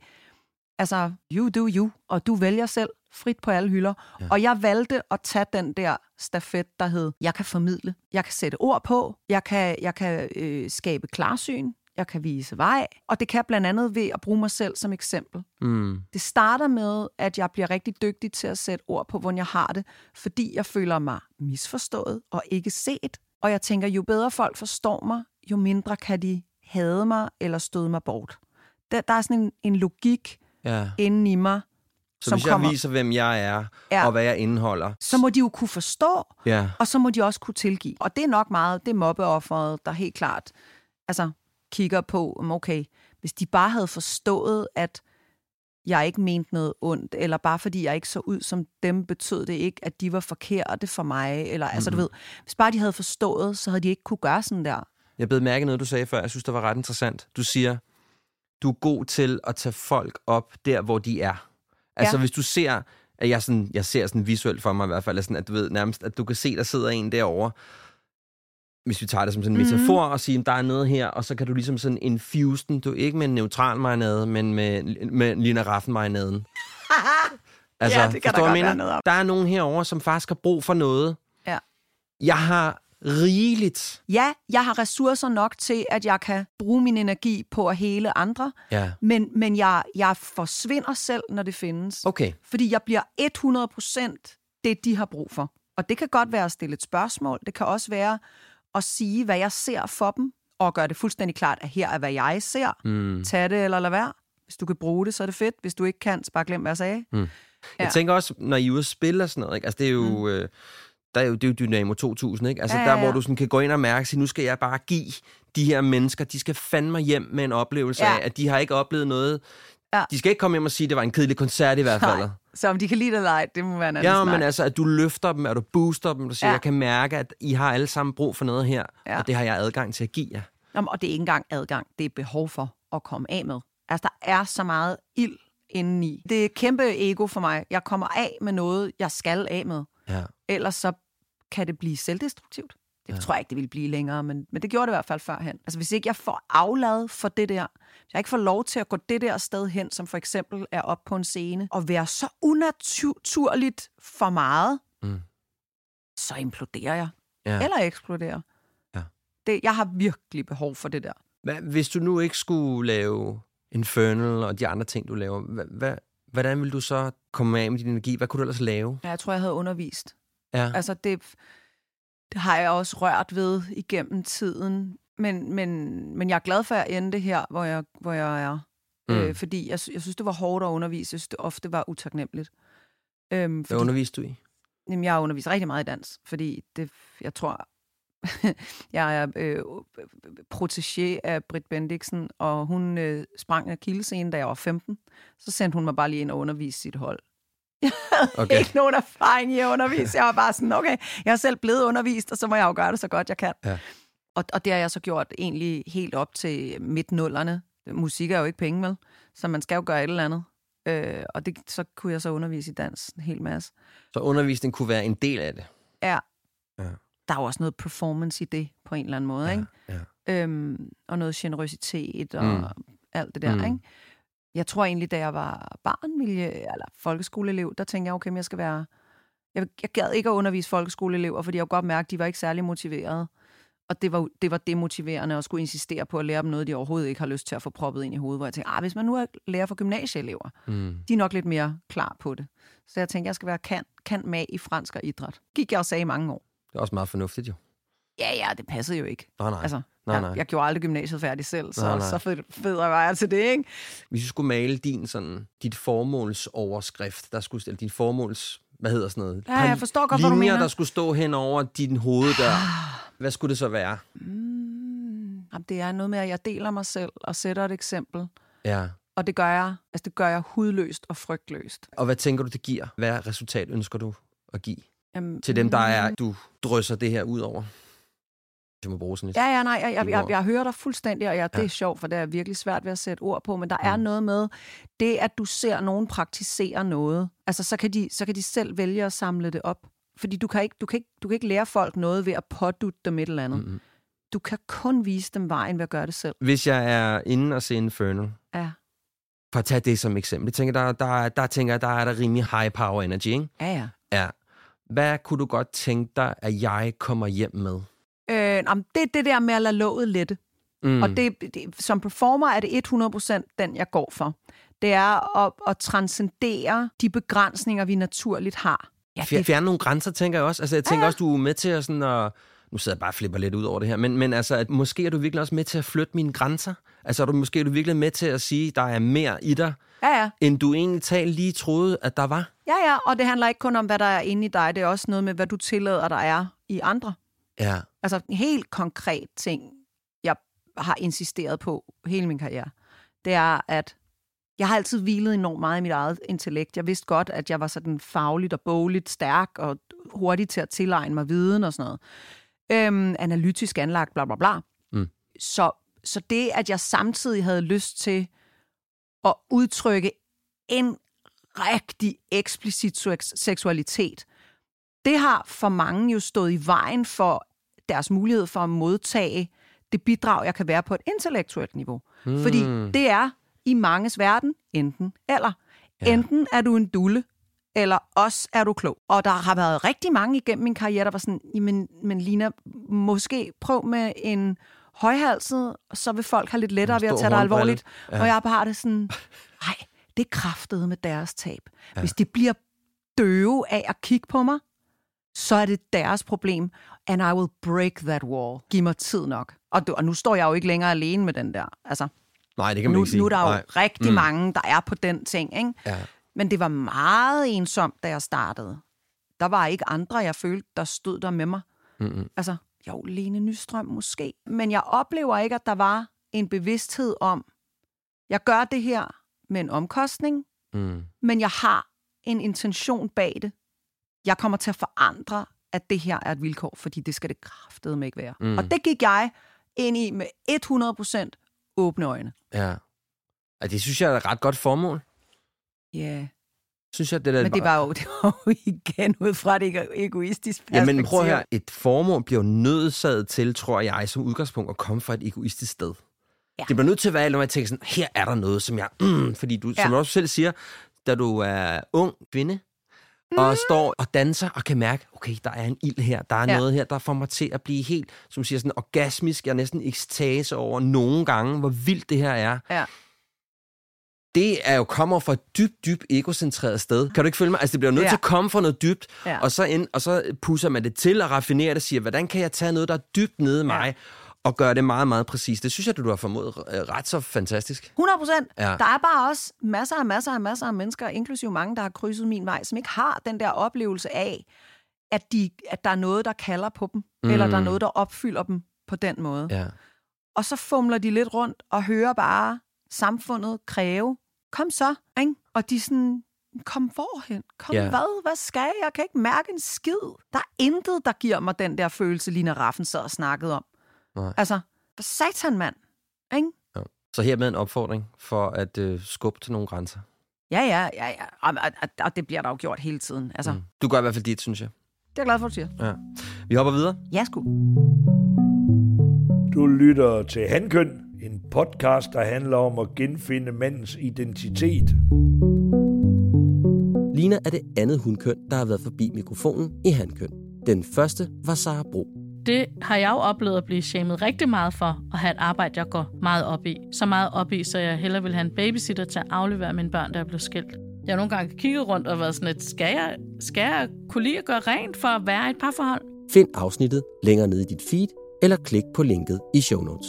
Speaker 3: you do you. Og du vælger selv frit på alle hylder. Ja. Og jeg valgte at tage den der stafet, der hed, jeg kan formidle. Jeg kan sætte ord på. Jeg kan skabe klarsyn. Jeg kan vise vej, og det kan blandt andet ved at bruge mig selv som eksempel. Det starter med, at jeg bliver rigtig dygtig til at sætte ord på, hvordan jeg har det, fordi jeg føler mig misforstået og ikke set. Og jeg tænker, jo bedre folk forstår mig, jo mindre kan de hade mig eller støde mig bort. Der er sådan en logik inden i mig.
Speaker 4: Så hvis jeg viser, hvem jeg er, og hvad jeg indeholder,
Speaker 3: så må de jo kunne forstå, og så må de også kunne tilgive. Og det er nok meget det mobbeofferet, der helt klart kigger på, okay, hvis de bare havde forstået, at jeg ikke mente noget ondt, eller bare fordi jeg ikke så ud som dem, betød det ikke, at de var forkerte for mig, eller du ved, hvis bare de havde forstået, så havde de ikke kunne gøre sådan der.
Speaker 4: Jeg bed mærke noget, du sagde før. Jeg synes, det var ret interessant. Du siger, du er god til at tage folk op der, hvor de er. Altså, hvis du ser... At jeg ser sådan visuelt for mig i hvert fald, sådan, at du ved nærmest, at du kan se, der sidder en derovre. Hvis vi tager det som sådan en metafor og siger, der er noget her, og så kan du ligesom sådan infuse den. Du ikke med en neutral marinade, men med Lina Raffen-marinaden. Altså,
Speaker 3: ja, det kan der godt være noget om.
Speaker 4: Der er nogen herovre, som faktisk har brug for noget.
Speaker 3: Ja.
Speaker 4: Jeg har rigeligt.
Speaker 3: Ja, jeg har ressourcer nok til, at jeg kan bruge min energi på at hele andre.
Speaker 4: Ja.
Speaker 3: Men jeg forsvinder selv, når det findes.
Speaker 4: Okay.
Speaker 3: Fordi jeg bliver 100% det, de har brug for. Og det kan godt være at stille et spørgsmål. Det kan også være at sige, hvad jeg ser for dem, og gøre det fuldstændig klart, at her er, hvad jeg ser. Tag det eller lad være. Hvis du kan bruge det, så er det fedt. Hvis du ikke kan, så bare glem, hvad jeg sagde.
Speaker 4: Jeg tænker også, når I er ude at spille og sådan noget, ikke? Altså, det er jo... det er jo Dynamo 2000, ikke? Altså der, hvor du sådan kan gå ind og mærke, at nu skal jeg bare give de her mennesker, de skal fandme hjem med en oplevelse af, at de har ikke oplevet noget. Ja. De skal ikke komme hjem og sige, at det var en kedelig koncert i hvert fald.
Speaker 3: Nej. Så om de kan lide det eller ej, det må være en anden
Speaker 4: snak. Men altså, at du løfter dem, at du booster dem, og siger, jeg kan mærke, at I har alle sammen brug for noget her, og det har jeg adgang til at give jer.
Speaker 3: Jamen, og det er ikke engang adgang, det er behov for at komme af med. Altså, der er så meget ild indeni. Det er et kæmpe ego for mig. Jeg kommer af med noget, jeg skal af med. Ja. Ellers så kan det blive selvdestruktivt. Det tror jeg ikke, det vil blive længere, men det gjorde det i hvert fald førhen. Altså, hvis ikke jeg får afladet for det der, hvis jeg ikke får lov til at gå det der sted hen, som for eksempel er op på en scene, og være så unaturligt for meget, så imploderer jeg. Ja. Eller eksploderer. Ja. Jeg har virkelig behov for det der.
Speaker 4: Hvis du nu ikke skulle lave Infernal og de andre ting, du laver, hvordan vil du så komme af med din energi? Hvad kunne du ellers lave?
Speaker 3: Ja, jeg tror, jeg havde undervist.
Speaker 4: Ja.
Speaker 3: Altså, det har jeg også rørt ved igennem tiden. Men jeg er glad for, at jeg endte her, hvor jeg er. Fordi jeg synes, det var hårdt at undervise. Jeg synes, det ofte var utaknemmeligt.
Speaker 4: Hvad underviste du i?
Speaker 3: Jamen, jeg har undervist rigtig meget i dans, fordi jeg tror... jeg er protégé af Britt Bendiksen, og hun sprang af kildescenen, da jeg var 15. Så sendte hun mig bare lige ind og undervise sit hold. Jeg havde ikke nogen erfaring i at undervise. Jeg var bare sådan, okay, jeg er selv blevet undervist, og så må jeg jo gøre det så godt, jeg kan. Ja. Og det har jeg så gjort egentlig helt op til midt-nullerne. Musik er jo ikke penge, vel? Så man skal jo gøre et eller andet. Og så kunne jeg så undervise i dans en hel masse.
Speaker 4: Så undervisning kunne være en del af det?
Speaker 3: Ja. Der er jo også noget performance i det, på en eller anden måde, ikke? Ja. Og noget generøsitet og alt det der, ikke? Jeg tror egentlig, da jeg var barn, eller folkeskoleelev, der tænkte jeg, okay, men jeg skal være... Jeg gad ikke at undervise folkeskoleelever, fordi jeg kunne godt mærke, at de var ikke særlig motiverede. Og det var demotiverende at skulle insistere på at lære dem noget, de overhovedet ikke har lyst til at få proppet ind i hovedet. Hvor jeg tænkte, hvis man nu er lærer for gymnasieelever, de er nok lidt mere klar på det. Så jeg tænkte, jeg skal være kan med i fransk og idræt. Gik jeg og sagde i mange år.
Speaker 4: Det er også meget fornuftigt, jo.
Speaker 3: Ja, det passede jo ikke.
Speaker 4: Nej.
Speaker 3: Altså,
Speaker 4: nej.
Speaker 3: Jeg gjorde aldrig gymnasiet færdig selv, så fed var jeg til det, ikke?
Speaker 4: Hvis du skulle male dit formålsoverskrift, der skulle stille din formåls... Hvad hedder sådan noget?
Speaker 3: Ja, jeg forstår godt, hvad du mener.
Speaker 4: Linjer, der skulle stå hen over din hoveddør. Hvad skulle det så være?
Speaker 3: Det er noget med, at jeg deler mig selv og sætter et eksempel.
Speaker 4: Ja.
Speaker 3: Og det gør jeg hudløst og frygtløst.
Speaker 4: Og hvad tænker du, det giver? Hvad resultat ønsker du at give? Til dem, du drysser det her ud over? Jeg må bruge sådan et
Speaker 3: jeg hører dig fuldstændig, og det er sjovt, for det er virkelig svært ved at sætte ord på, men der er noget med det, at du ser nogen praktisere noget. Altså, så kan de selv vælge at samle det op. Fordi du kan ikke lære folk noget ved at pådutte dem et eller andet. Mm-hmm. Du kan kun vise dem vejen ved at gøre det selv.
Speaker 4: Hvis jeg er inde og ser Infernal, for at tage det som eksempel, jeg tænker, der er der rimelig high power energy, ikke? Ja. Hvad kunne du godt tænke dig, at jeg kommer hjem med?
Speaker 3: Det er det der med at lade låget lette. Og som performer er det 100% den, jeg går for. Det er at transcendere de begrænsninger, vi naturligt har.
Speaker 4: Ja, fjerne nogle grænser, tænker jeg også. Altså, jeg tænker også, du er med til at sådan at... Nu sidder jeg bare og flipper lidt ud over det her, men altså, at måske er du virkelig også med til at flytte mine grænser. Altså, måske er du virkelig med til at sige, der er mere i dig, end du egentlig talt lige troede, at der var.
Speaker 3: Ja, og det handler ikke kun om, hvad der er inde i dig. Det er også noget med, hvad du tillader, der er i andre.
Speaker 4: Ja.
Speaker 3: Altså, en helt konkret ting, jeg har insisteret på hele min karriere, det er, at jeg har altid hvilet enormt meget i mit eget intellekt. Jeg vidste godt, at jeg var sådan fagligt og bogligt stærk og hurtig til at tilegne mig viden og sådan noget. Analytisk anlagt, bla bla bla. Så det, at jeg samtidig havde lyst til at udtrykke en rigtig eksplicit seksualitet, det har for mange jo stået i vejen for deres mulighed for at modtage det bidrag, jeg kan være på et intellektuelt niveau. Fordi det er i manges verden enten eller. Ja. Enten er du en dulle, eller også er du klog. Og der har været rigtig mange igennem min karriere, der var sådan, men Lina, måske prøv med en højhalset, så vil folk have lidt lettere ved at tage dig alvorligt. Ja. Og jeg bare har det sådan, nej, det er kraftede med deres tab. Ja. Hvis de bliver døve af at kigge på mig, så er det deres problem. And I will break that wall. Giv mig tid nok. Og nu står jeg jo ikke længere alene med den der. Altså,
Speaker 4: nej, det kan man ikke sige.
Speaker 3: Nu er der jo rigtig mange, der er på den ting, ikke? Ja. Men det var meget ensomt, da jeg startede. Der var ikke andre, jeg følte, der stod der med mig. Altså, jo, Lene Nystrøm måske. Men jeg oplever ikke, at der var en bevidsthed om, jeg gør det her med en omkostning, men jeg har en intention bag det. Jeg kommer til at forandre, at det her er et vilkår, fordi det skal det kraftedeme ikke være. Og det gik jeg ind i med 100% åbne øjne.
Speaker 4: Ja. Og det synes jeg er et ret godt formål.
Speaker 3: Ja. Yeah.
Speaker 4: Synes jeg, det der...
Speaker 3: Men det var jo igen ud fra et egoistisk perspektiv.
Speaker 4: Jamen prøv her. Et formål bliver nødsaget til, tror jeg, som udgangspunkt, at komme fra et egoistisk sted. Ja. Det bliver nødt til at være, når jeg tænker sådan, her er der noget, som jeg... fordi du, som du også selv siger, da du er ung kvinde, og står og danser og kan mærke, okay, der er en ild her, der er noget her, der får mig til at blive helt, som siger, sådan orgasmisk, jeg er næsten ekstase over nogle gange, hvor vildt det her er. Ja. Det er jo kommer fra et dybt egocentreret sted. Kan du ikke følge mig? Altså, det bliver nødt til at komme fra noget dybt, og så pusser man det til og raffinerer det og siger, hvordan kan jeg tage noget, der er dybt nede i mig, og gøre det meget, meget præcist. Det synes jeg, du har formået ret så fantastisk.
Speaker 3: 100%. Ja. Der er bare også masser af mennesker, inklusive mange, der har krydset min vej, som ikke har den der oplevelse af, at der er noget, der kalder på dem, eller der er noget, der opfylder dem på den måde. Ja. Og så fumler de lidt rundt og hører bare samfundet kræve, kom så, ikke? Og de sådan, kom hvorhen? Kom hvad? Hvad skal jeg? Jeg kan ikke mærke en skid. Der er intet, der giver mig den der følelse, Lina Raffen sad og snakkede om. Nej. Altså, for satan, mand. Ikke?
Speaker 4: Ja. Så her med en opfordring for at skubbe til nogle grænser.
Speaker 3: Ja. Og det bliver der jo gjort hele tiden. Altså.
Speaker 4: Du gør i hvert fald dit, synes jeg.
Speaker 3: Det er jeg glad for, at du siger.
Speaker 4: Ja. Vi hopper videre.
Speaker 3: Ja, sgu.
Speaker 8: Du lytter til Hankøn, en podcast, der handler om at genfinde mandens identitet.
Speaker 5: Lina er det andet hunkøn, der har været forbi mikrofonen i Hankøn. Den første var Sara Bro.
Speaker 9: Det har jeg jo oplevet at blive shamed rigtig meget for, at have et arbejde, jeg går meget op i. Så meget op i, så jeg hellere vil have en babysitter til at aflevere mine børn, der er blevet skilt. Jeg har nogle gange kigget rundt og været sådan lidt, skal jeg kunne lide at gøre rent for at være i et parforhold?
Speaker 5: Find afsnittet længere nede i dit feed, eller klik på linket i show notes.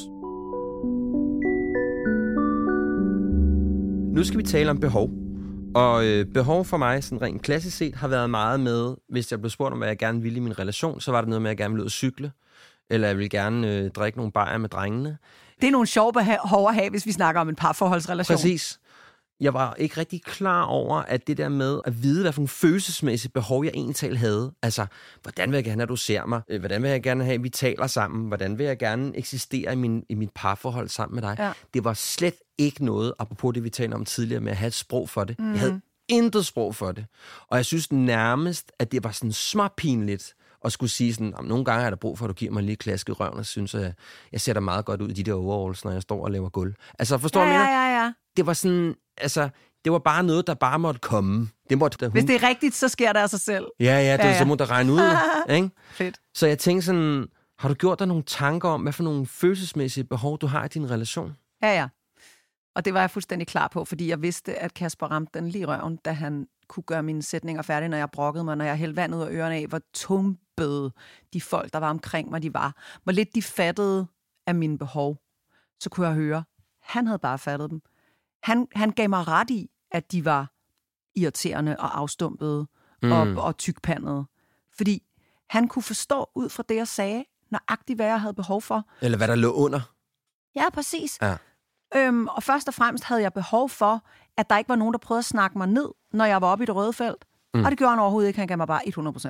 Speaker 4: Nu skal vi tale om behov. Og behov for mig, sådan rent klassisk set, har været meget med, hvis jeg blev spurgt om, hvad jeg gerne ville i min relation, så var det noget med, at jeg gerne ville ud og cykle, eller jeg ville gerne drikke nogle bajer med drengene.
Speaker 3: Det er nogle sjove behov at have, hvis vi snakker om en parforholdsrelation.
Speaker 4: Præcis. Jeg var ikke rigtig klar over, at det der med at vide, hvad for nogle følelsesmæssige behov jeg egentlig havde. Altså, hvordan vil jeg gerne have, at du ser mig? Hvordan vil jeg gerne have, at vi taler sammen? Hvordan vil jeg gerne eksistere i mit parforhold sammen med dig? Ja. Det var slet ikke noget, apropos det, vi talte om tidligere, med at have et sprog for det. Jeg havde intet sprog for det. Og jeg synes nærmest, at det var sådan småpinligt at skulle sige sådan, nogle gange er der brug for, at du giver mig lige klask i røven, og synes, at jeg ser da meget godt ud i de der overalls, når jeg står og laver gulv. Altså, forstår du, hvad jeg mener?
Speaker 3: Ja.
Speaker 4: Det var sådan, altså, det var bare noget, der bare måtte komme.
Speaker 3: Hvis det er rigtigt, så sker det af sig selv.
Speaker 4: Ja. Så må der regne ud. Ikke?
Speaker 3: Fedt.
Speaker 4: Så jeg tænkte sådan, har du gjort dig nogle tanker om, hvad for nogle følelsesmæssige behov, du har i din relation?
Speaker 3: Ja. Og det var jeg fuldstændig klar på, fordi jeg vidste, at Kasper ramte den lige røven, da han kunne gøre mine sætninger færdige, når jeg brokkede mig, når jeg hældte vand ud af ørerne af, hvor tumpede de folk, der var omkring mig, de var. Hvor lidt de fattede af mine behov. Så kunne jeg høre, han havde bare fattet dem. Han gav mig ret i, at de var irriterende og afstumpede og tykpandede. Fordi han kunne forstå ud fra det, jeg sagde, nøjagtigt, hvad jeg havde behov for.
Speaker 4: Eller hvad der lå under.
Speaker 3: Ja, præcis. Ja. Og først og fremmest havde jeg behov for, at der ikke var nogen, der prøvede at snakke mig ned, når jeg var oppe i det røde felt. Og det gjorde han overhovedet ikke. Han gav mig bare 100% ret.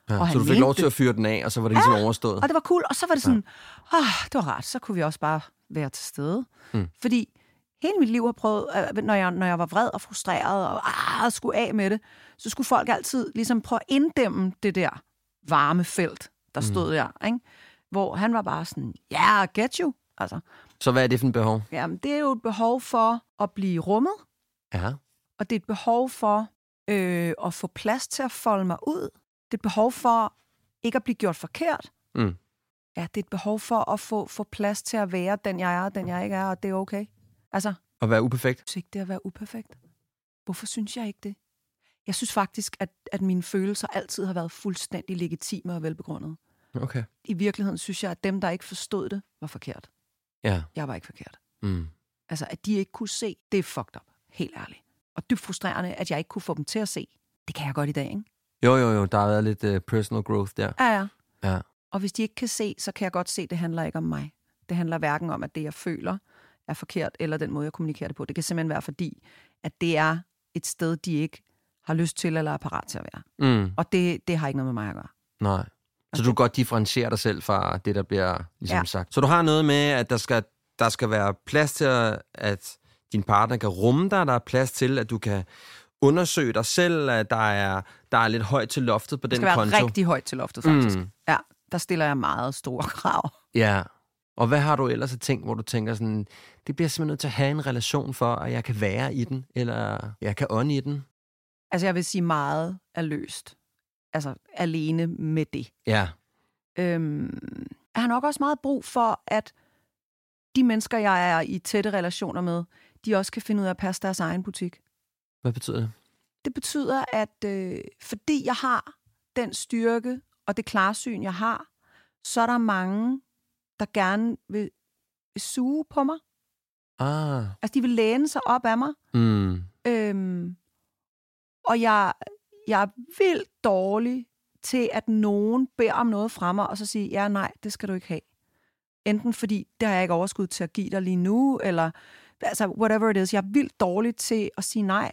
Speaker 4: Ja,
Speaker 3: Og
Speaker 4: så du fik lov til at fyre den af, og så var det ligesom overstået?
Speaker 3: Og det var cool, og så var det sådan, det var rart, så kunne vi også bare være til stede. Fordi hele mit liv har prøvet, når jeg var vred og frustreret, og skulle af med det, så skulle folk altid ligesom prøve at inddæmme det der varme felt, der stod der, ikke? Hvor han var bare sådan, get you. Altså.
Speaker 4: Så hvad er det for et behov?
Speaker 3: Jamen, det er jo et behov for at blive rummet, og det er et behov for at få plads til at folde mig ud. Det er et behov for ikke at blive gjort forkert. Ja, det er et behov for at få plads til at være den, jeg er, og den, jeg ikke er, og det er okay. Altså,
Speaker 4: at være uperfekt?
Speaker 3: Jeg synes ikke, det er at være uperfekt. Hvorfor synes jeg ikke det? Jeg synes faktisk, at mine følelser altid har været fuldstændig legitime og velbegrundede.
Speaker 4: Okay.
Speaker 3: I virkeligheden synes jeg, at dem, der ikke forstod det, var forkert.
Speaker 4: Ja.
Speaker 3: Jeg var ikke forkert. Altså, at de ikke kunne se, det er fucked up. Helt ærligt. Og dybt frustrerende, at jeg ikke kunne få dem til at se. Det kan jeg godt i dag, ikke?
Speaker 4: Jo. Der har været lidt personal growth der. Ja.
Speaker 3: Og hvis de ikke kan se, så kan jeg godt se, at det handler ikke om mig. Det handler hverken om, at det, jeg føler, er forkert, eller den måde, jeg kommunikerer det på. Det kan simpelthen være fordi, at det er et sted, de ikke har lyst til, eller er parat til at være. Og det har ikke noget med mig at gøre.
Speaker 4: Nej. Så du kan godt differentiere dig selv fra det, der bliver ligesom sagt. Så du har noget med, at der skal være plads til, at din partner kan rumme dig, der er plads til, at du kan undersøge dig selv, at der er lidt højt til loftet på den konto.
Speaker 3: Det skal være rigtig højt til loftet, faktisk. Ja, der stiller jeg meget store krav.
Speaker 4: Ja, og hvad har du ellers tænkt, hvor du tænker sådan, det bliver simpelthen nødt til at have en relation for, at jeg kan være i den, eller jeg kan ånde i den?
Speaker 3: Altså, jeg vil sige, meget er løst. Altså, alene med det.
Speaker 4: Ja.
Speaker 3: Jeg har nok også meget brug for, at de mennesker, jeg er i tætte relationer med, de også kan finde ud af at passe deres egen butik.
Speaker 4: Hvad betyder det?
Speaker 3: Det betyder, at fordi jeg har den styrke og det klarsyn, jeg har, så er der mange, der gerne vil suge på mig. Altså, de vil læne sig op af mig. Og jeg er vildt dårlig til, at nogen beder om noget fra mig, og så siger, ja, nej, det skal du ikke have. Enten fordi, det har jeg ikke overskud til at give dig lige nu, eller altså, whatever it is. Jeg er vildt dårlig til at sige nej.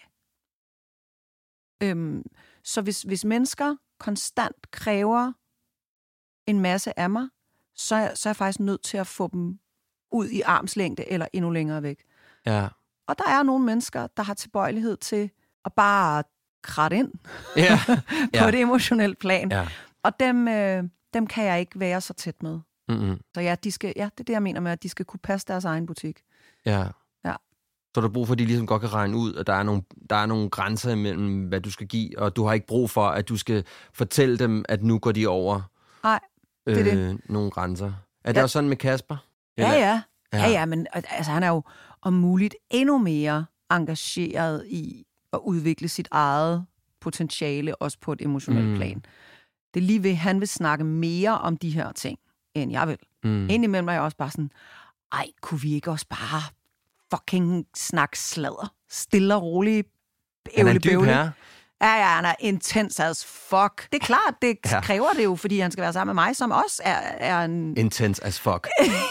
Speaker 3: Så hvis mennesker konstant kræver en masse af mig, så er jeg faktisk nødt til at få dem ud i armslængde, eller endnu længere væk.
Speaker 4: Ja.
Speaker 3: Og der er nogle mennesker, der har tilbøjelighed til at bare kratte ind på et emotionelt plan. Ja. Og dem kan jeg ikke være så tæt med. Så ja, det er det, jeg mener med, at de skal kunne passe deres egen butik.
Speaker 4: Ja. Så er der brug for, at de ligesom godt kan regne ud, at der er nogle grænser imellem, hvad du skal give, og du har ikke brug for, at du skal fortælle dem, at nu går de over nogle grænser. Er det også sådan med Kasper?
Speaker 3: Eller? Ja, men altså, han er jo om muligt endnu mere engageret i at udvikle sit eget potentiale, også på et emotionelt plan. Det er lige ved, han vil snakke mere om de her ting, end jeg vil. Indimellem er jeg også bare sådan, kunne vi ikke også bare fucking snakke sladder? Stille og roligt.
Speaker 4: Han er en dyb herre.
Speaker 3: Ja, han er intens as fuck. Det er klart, det kræver det jo, fordi han skal være sammen med mig, som også er en...
Speaker 4: Intens as fuck.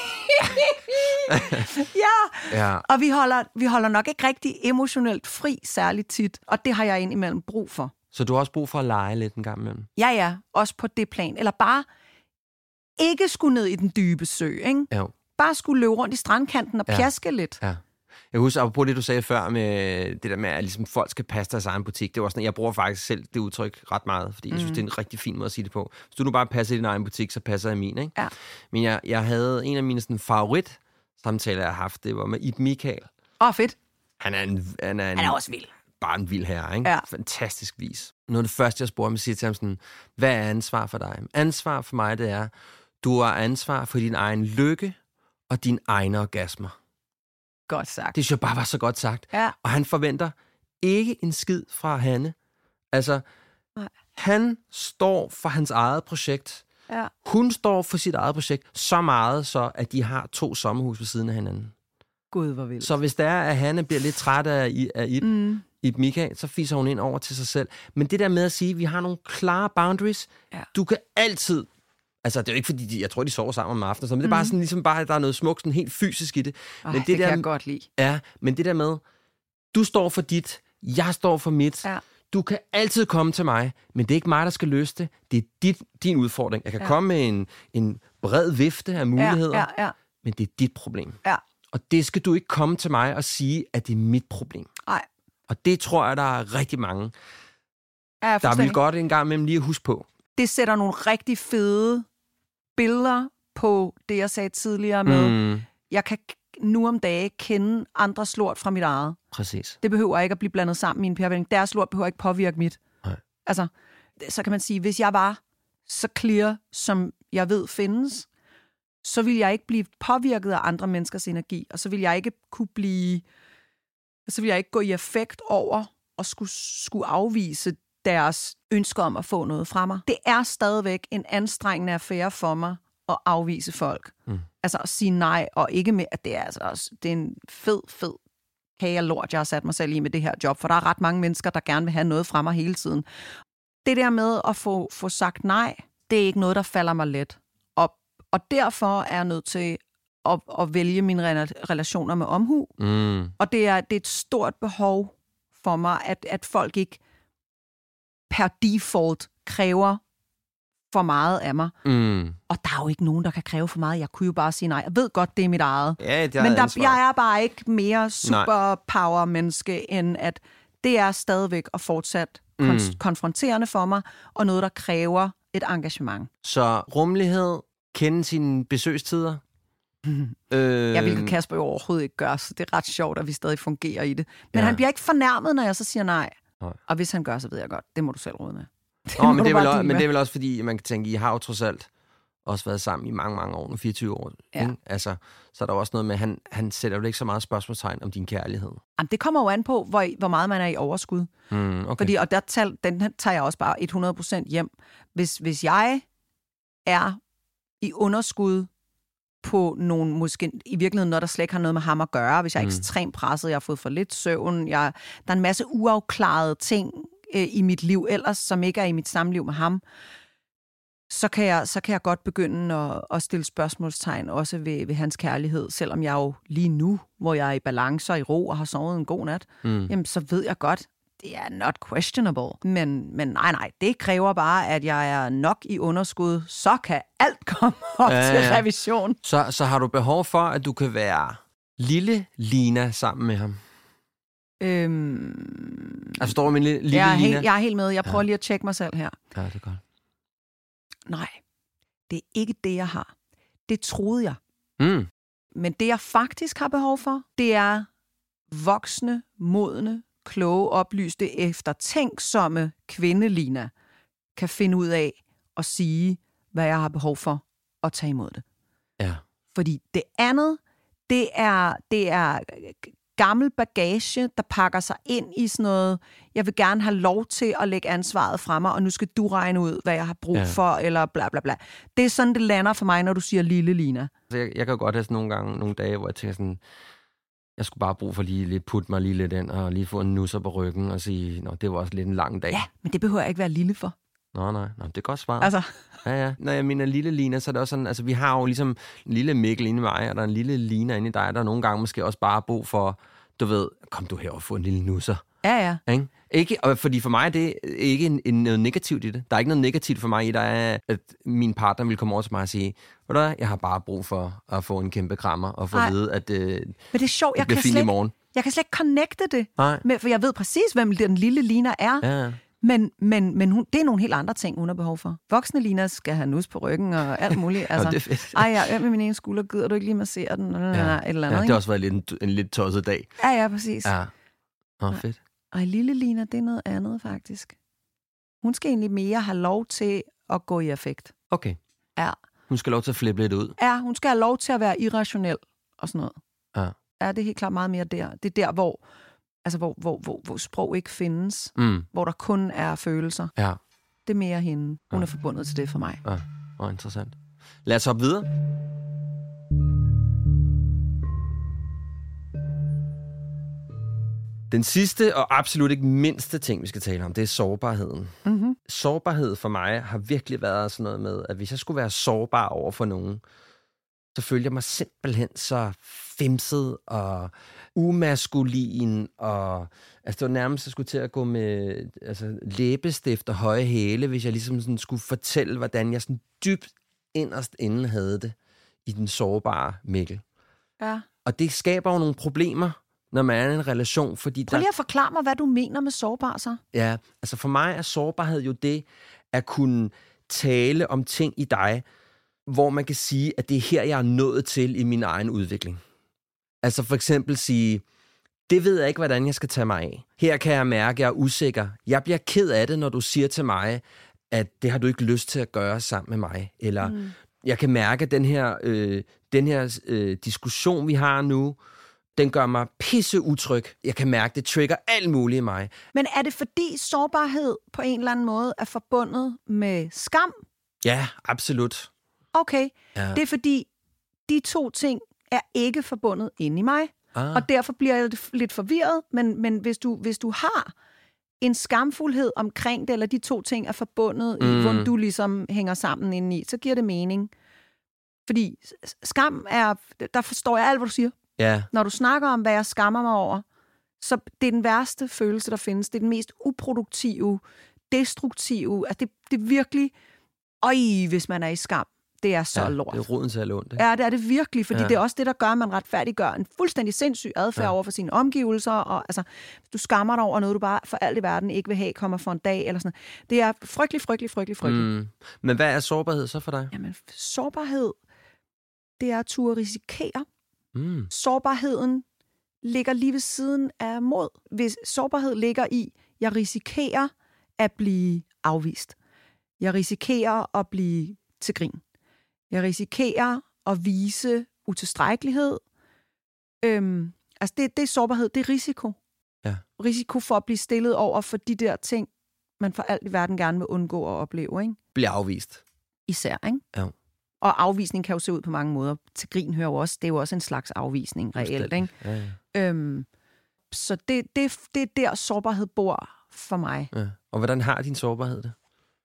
Speaker 3: Ja, og vi holder nok ikke rigtig emotionelt fri særligt tit, og det har jeg indimellem brug for.
Speaker 4: Så du har også brug for at lege lidt en gang imellem?
Speaker 3: Ja, også på det plan. Eller bare ikke skulle ned i den dybe sø, ikke?
Speaker 4: Jo.
Speaker 3: Bare skulle løbe rundt i strandkanten og pjaske lidt.
Speaker 4: Ja. Jeg husker, apropos det, du sagde før med det der med, at ligesom folk skal passe deres egen butik. Det var sådan, jeg bruger faktisk selv det udtryk ret meget, fordi jeg synes, det er en rigtig fin måde at sige det på. Hvis du nu bare passer din egen butik, så passer jeg min, ikke?
Speaker 3: Ja.
Speaker 4: Men jeg havde en af mine sådan, favorit-samtaler, jeg har haft, det var med Ib Michael.
Speaker 3: Fedt.
Speaker 4: Han
Speaker 3: er også vild.
Speaker 4: Bare en vild herre, ikke?
Speaker 3: Ja.
Speaker 4: Fantastisk vis. Noget af det første, jeg spurgte ham, siger til ham sådan, hvad er ansvar for dig? Ansvar for mig, det er, du har ansvar for din egen lykke og dine egne orgasmer.
Speaker 3: Godt sagt.
Speaker 4: Det synes jeg bare var så godt sagt.
Speaker 3: Ja.
Speaker 4: Og han forventer ikke en skid fra Hanne. Altså, han står for hans eget projekt.
Speaker 3: Ja.
Speaker 4: Hun står for sit eget projekt så meget, så at de har 2 sommerhus ved siden af hinanden.
Speaker 3: Gud, hvor vildt.
Speaker 4: Så hvis det er, at Hanne bliver lidt træt af Ib Michael, så fiser hun ind over til sig selv. Men det der med at sige, at vi har nogle klare boundaries, du kan altid... Altså, det er jo ikke fordi, jeg tror, de sover sammen om aftenen, men det er bare sådan, ligesom bare, at der er noget smukt, sådan helt fysisk i det. Men
Speaker 3: det kan jeg godt lide.
Speaker 4: Ja, men det der med, du står for dit, jeg står for mit.
Speaker 3: Ja.
Speaker 4: du kan altid komme til mig, men det er ikke mig, der skal løse det. Det er din udfordring. Jeg kan komme med en bred vifte af muligheder, men det er dit problem.
Speaker 3: Ja.
Speaker 4: Og det skal du ikke komme til mig og sige, at det er mit problem.
Speaker 3: Nej.
Speaker 4: Og det tror jeg, der er rigtig mange,
Speaker 3: Ja,
Speaker 4: der vil godt en gang imellem lige at huske på.
Speaker 3: Det sætter nogle rigtig fede billeder på det, jeg sagde tidligere med, jeg kan nu om dage kende andres lort fra mit eget.
Speaker 4: Præcis.
Speaker 3: Det behøver ikke at blive blandet sammen i en pærevælling. Deres lort behøver ikke påvirke mit.
Speaker 4: Nej.
Speaker 3: Altså, så kan man sige, hvis jeg var så clear, som jeg ved findes, så vil jeg ikke blive påvirket af andre menneskers energi, og så vil jeg ikke gå i affekt over at skulle afvise deres ønsker om at få noget fra mig. Det er stadigvæk en anstrengende affære for mig at afvise folk. Altså at sige nej, og ikke med, at det er, altså også, det er en fed kage af lort, jeg har sat mig selv i med det her job, for der er ret mange mennesker, der gerne vil have noget fra mig hele tiden. Det der med at få sagt nej, det er ikke noget, der falder mig let. Og derfor er jeg nødt til at vælge mine relationer med omhu. Og det er et stort behov for mig, at folk ikke per default kræver for meget af mig. Og der er jo ikke nogen, der kan kræve for meget. Jeg kunne jo bare sige nej. Jeg ved godt, det er mit eget.
Speaker 4: Ja,
Speaker 3: men jeg er bare ikke mere superpower-menneske, end at det er stadigvæk og fortsat konfronterende for mig, og noget, der kræver et engagement.
Speaker 4: Så rummelighed, kende sine besøgstider?
Speaker 3: Jeg vil Kasper jo overhovedet ikke gøre, så det er ret sjovt, at vi stadig fungerer i det. Men han bliver ikke fornærmet, når jeg så siger nej. Og hvis han gør, så ved jeg godt, det må du selv råde med.
Speaker 4: Men det er vel også, fordi man kan tænke, I har jo trods alt også været sammen i mange, mange år, nu 24 år. Ja. Altså, så er der også noget med, han sætter jo ikke så meget spørgsmålstegn om din kærlighed. Jamen,
Speaker 3: det kommer jo an på, hvor meget man er i overskud.
Speaker 4: Okay.
Speaker 3: Fordi, og den tager jeg også bare 100% hjem. Hvis jeg er i underskud på nogle, måske i virkeligheden noget, der slet ikke har noget med ham at gøre, hvis jeg er ekstremt presset, jeg har fået for lidt søvn, der er en masse uafklarede ting i mit liv ellers, som ikke er i mit samliv med ham, så kan jeg godt begynde at stille spørgsmålstegn også ved hans kærlighed, selvom jeg jo lige nu, hvor jeg er i balance og i ro og har sovet en god nat, jamen så ved jeg godt, det er not questionable. Men nej, det kræver bare, at jeg er nok i underskud, så kan alt komme op til revision.
Speaker 4: Så har du behov for, at du kan være lille Lina sammen med ham? Altså, står du med lille Lina?
Speaker 3: Jeg er helt med. Jeg prøver lige at tjekke mig selv her.
Speaker 4: Ja, det er godt.
Speaker 3: Nej, det er ikke det, jeg har. Det troede jeg. Men det, jeg faktisk har behov for, det er voksne, modne, kloge, oplyste, eftertænksomme kvindelina kan finde ud af at sige, hvad jeg har behov for at tage imod det.
Speaker 4: Ja.
Speaker 3: Fordi det andet, det er gammel bagage, der pakker sig ind i sådan noget, jeg vil gerne have lov til at lægge ansvaret fra mig, og nu skal du regne ud, hvad jeg har brug for, eller bla bla bla. Det er sådan, det lander for mig, når du siger lille Lina.
Speaker 4: Jeg kan jo godt have sådan nogle dage, hvor jeg tænker sådan, jeg skulle bare bruge for lige lidt, putte mig lige lidt ind, og lige få en nusser på ryggen, og sige, nå, det var også lidt en lang dag.
Speaker 3: Ja, men det behøver jeg ikke være lille for.
Speaker 4: Nå, det er godt svaret.
Speaker 3: Altså.
Speaker 4: Ja. Når jeg mener lille Lina, så er det også sådan, altså vi har jo ligesom en lille Mikkel inde i mig, og der er en lille Lina inde i dig, der nogle gange måske også bare brug for, du ved, kom du her og få en lille nusser.
Speaker 3: Ja.
Speaker 4: Ikke, fordi for mig er det ikke noget negativt i det. Der er ikke noget negativt for mig i, der er, at min partner vil komme over til mig og sige, ved du hvad, jeg har bare brug for at få en kæmpe krammer, og få at vide, at
Speaker 3: men det er sjovt,
Speaker 4: det bliver fint i morgen.
Speaker 3: Jeg kan slet ikke connecte det,
Speaker 4: med,
Speaker 3: for jeg ved præcis, hvem den lille Lina er.
Speaker 4: Ja.
Speaker 3: Men det er nogle helt andre ting, hun har behov for. Voksne Lina skal have nus på ryggen og alt muligt. Altså,
Speaker 4: det er fedt.
Speaker 3: Jeg er med min ene skulder, gider du ikke lige massere den? Et eller andet,
Speaker 4: det har også været en lidt tosset dag.
Speaker 3: Ja, præcis.
Speaker 4: Ja. Fedt.
Speaker 3: Og lille Lina, det er noget andet, faktisk. Hun skal egentlig mere have lov til at gå i affekt.
Speaker 4: Okay.
Speaker 3: Ja.
Speaker 4: Hun skal have lov til at flippe lidt ud.
Speaker 3: Ja, hun skal have lov til at være irrationel og sådan noget.
Speaker 4: Ja.
Speaker 3: Ja, det er helt klart meget mere der. Det er der, hvor sprog ikke findes. Hvor der kun er følelser.
Speaker 4: Ja.
Speaker 3: Det er mere hende. Hun er forbundet til det for mig.
Speaker 4: Ja, interessant. Lad os hoppe videre. Den sidste og absolut ikke mindste ting, vi skal tale om, det er sårbarheden. Sårbarhed for mig har virkelig været sådan noget med, at hvis jeg skulle være sårbar over for nogen, så følte jeg mig simpelthen så femset og umaskulin, og altså, det var nærmest, jeg skulle til at gå med læbestift og høje hæle, hvis jeg ligesom sådan skulle fortælle, hvordan jeg sådan dybt inderst inden havde det i den sårbare Mikkel.
Speaker 3: Ja.
Speaker 4: Og det skaber jo nogle problemer, når man er i en relation, fordi
Speaker 3: Prøv lige at forklare mig, hvad du mener med sårbar så.
Speaker 4: Ja, altså for mig er sårbarhed jo det, at kunne tale om ting i dig, hvor man kan sige, at det er her, jeg er nået til i min egen udvikling. Altså for eksempel sige, det ved jeg ikke, hvordan jeg skal tage mig af. Her kan jeg mærke, at jeg er usikker. Jeg bliver ked af det, når du siger til mig, at det har du ikke lyst til at gøre sammen med mig. Eller jeg kan mærke, at den her diskussion, vi har nu, den gør mig pisse utryg. Jeg kan mærke, det trigger alt muligt i mig.
Speaker 3: Men er det fordi sårbarhed på en eller anden måde er forbundet med skam?
Speaker 4: Ja, absolut.
Speaker 3: Okay,
Speaker 4: ja.
Speaker 3: Det er fordi, de to ting er ikke forbundet inde i mig, og derfor bliver jeg lidt forvirret, men hvis du har en skamfuldhed omkring det, eller de to ting er forbundet i, hvor du ligesom hænger sammen indeni, så giver det mening. Fordi skam er, der forstår jeg alt, hvad du siger.
Speaker 4: Ja.
Speaker 3: Når du snakker om, hvad jeg skammer mig over, så det er den værste følelse, der findes. Det er den mest uproduktive, destruktive. Altså det er virkelig, hvis man er i skam, det er så lort.
Speaker 4: Det er roden til alt ondt. Ikke?
Speaker 3: Ja, det er det virkelig, fordi det er også det, der gør, at man retfærdiggør en fuldstændig sindssyg adfærd over for sine omgivelser, og altså, hvis du skammer dig over noget, du bare for alt i verden ikke vil have, kommer for en dag, eller sådan noget. Det er frygtelig.
Speaker 4: Men hvad er sårbarhed så for dig?
Speaker 3: Jamen, sårbarhed, det er at turde risikere. Sårbarheden ligger lige ved siden af mod. Hvis sårbarhed ligger i, jeg risikerer at blive afvist. Jeg risikerer at blive til grin. Jeg risikerer at vise utilstrækkelighed. Altså det er sårbarhed, det er risiko.
Speaker 4: Ja.
Speaker 3: Risiko for at blive stillet over for de der ting, man for alt i verden gerne vil undgå at opleve. Ikke?
Speaker 4: Bliver afvist.
Speaker 3: Især, ikke?
Speaker 4: Ja.
Speaker 3: Og afvisning kan jo se ud på mange måder. Til grin hører jo også, det er jo også en slags afvisning reelt. Ikke?
Speaker 4: Ja.
Speaker 3: Så det er der sårbarhed bor for mig.
Speaker 4: Ja. Og hvordan har din sårbarhed det?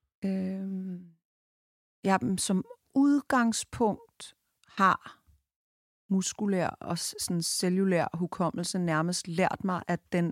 Speaker 3: Jeg som udgangspunkt har muskulær og sådan cellulær hukommelse nærmest lært mig, at den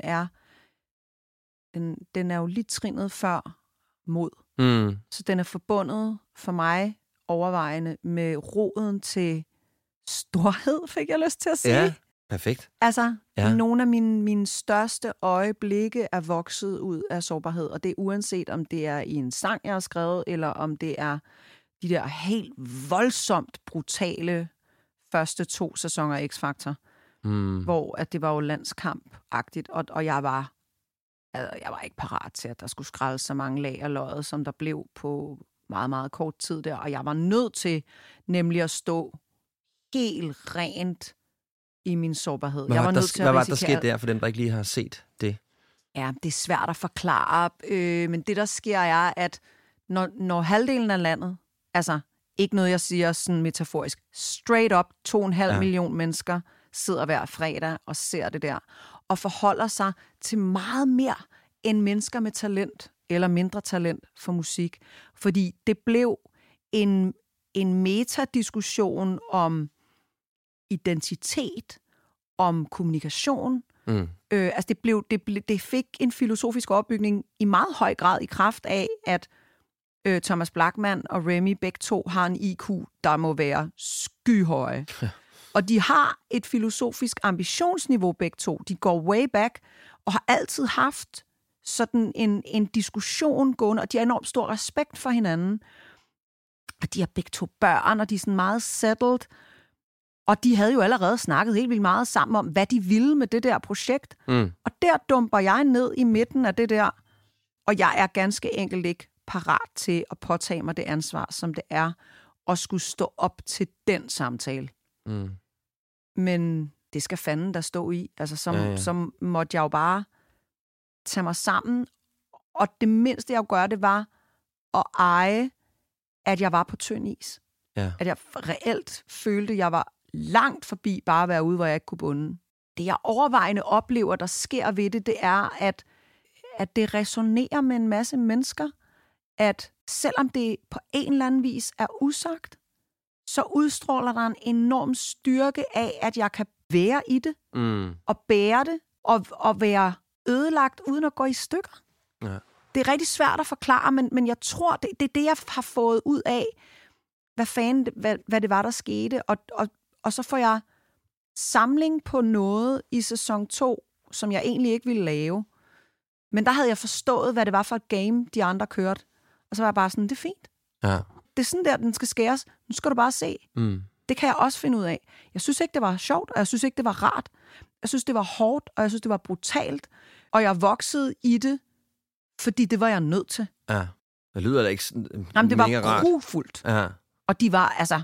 Speaker 3: er jo lige trinnet før mod. Så den er forbundet for mig overvejende med roden til storhed, fik jeg lyst til at sige.
Speaker 4: Ja, perfekt.
Speaker 3: Altså, nogle af mine største øjeblikke er vokset ud af sårbarhed, og det er uanset om det er i en sang, jeg har skrevet, eller om det er de der helt voldsomt brutale første 2 sæsoner af X-Factor, hvor at det var jo landskamp-agtigt, og jeg var ikke parat til, at der skulle skrælles så mange lag af løget, som der blev på meget, meget kort tid der, og jeg var nødt til nemlig at stå helt rent i min sårbarhed.
Speaker 4: Hvad var der sket der, for dem, der ikke lige har set det?
Speaker 3: Ja, det er svært at forklare, men det, der sker, er, at når halvdelen af landet, altså ikke noget, jeg siger sådan metaforisk, straight up 2,5 million mennesker sidder hver fredag og ser det der, og forholder sig til meget mere end mennesker med talent eller mindre talent for musik. Fordi det blev en metadiskussion om identitet, om kommunikation. Altså det fik en filosofisk opbygning i meget høj grad i kraft af, at Thomas Blachman og Remy begge to har en IQ, der må være skyhøje. Ja. Og de har et filosofisk ambitionsniveau begge to. De går way back og har altid haft sådan en diskussion gående, og de har enormt stor respekt for hinanden. Og de har begge to børn, og de er sådan meget settled. Og de havde jo allerede snakket helt vildt meget sammen om, hvad de ville med det der projekt. Og der dumper jeg ned i midten af det der, og jeg er ganske enkelt ikke parat til at påtage mig det ansvar, som det er, at skulle stå op til den samtale. Men det skal fanden der stå i. Altså, så måtte jeg jo bare tage mig sammen, og det mindste, jeg gøre, det var at eje, at jeg var på tynd is. Ja. At jeg reelt følte, at jeg var langt forbi bare at være ude, hvor jeg ikke kunne bunde. Det, jeg overvejende oplever, der sker ved det, det er, at det resonerer med en masse mennesker, at selvom det på en eller anden vis er usagt, så udstråler der en enorm styrke af, at jeg kan være i det, og bære det, og være ødelagt, uden at gå i stykker.
Speaker 4: Ja.
Speaker 3: Det er rigtig svært at forklare, men jeg tror, det er det, jeg har fået ud af, hvad det var, der skete. Og så får jeg samling på noget i sæson 2, som jeg egentlig ikke ville lave. Men der havde jeg forstået, hvad det var for et game, de andre kørte. Og så var jeg bare sådan, det er fint.
Speaker 4: Ja.
Speaker 3: Det er sådan der, den skal skæres. Nu skal du bare se. Det kan jeg også finde ud af. Jeg synes ikke, det var sjovt, og jeg synes ikke, det var rart. Jeg synes, det var hårdt, og jeg synes, det var brutalt. Og jeg voksede i det, fordi det var jeg nødt til.
Speaker 4: Ja. Det lyder da ikke sådan
Speaker 3: Jamen, det
Speaker 4: mega
Speaker 3: var grufuldt.
Speaker 4: Ja.
Speaker 3: Og de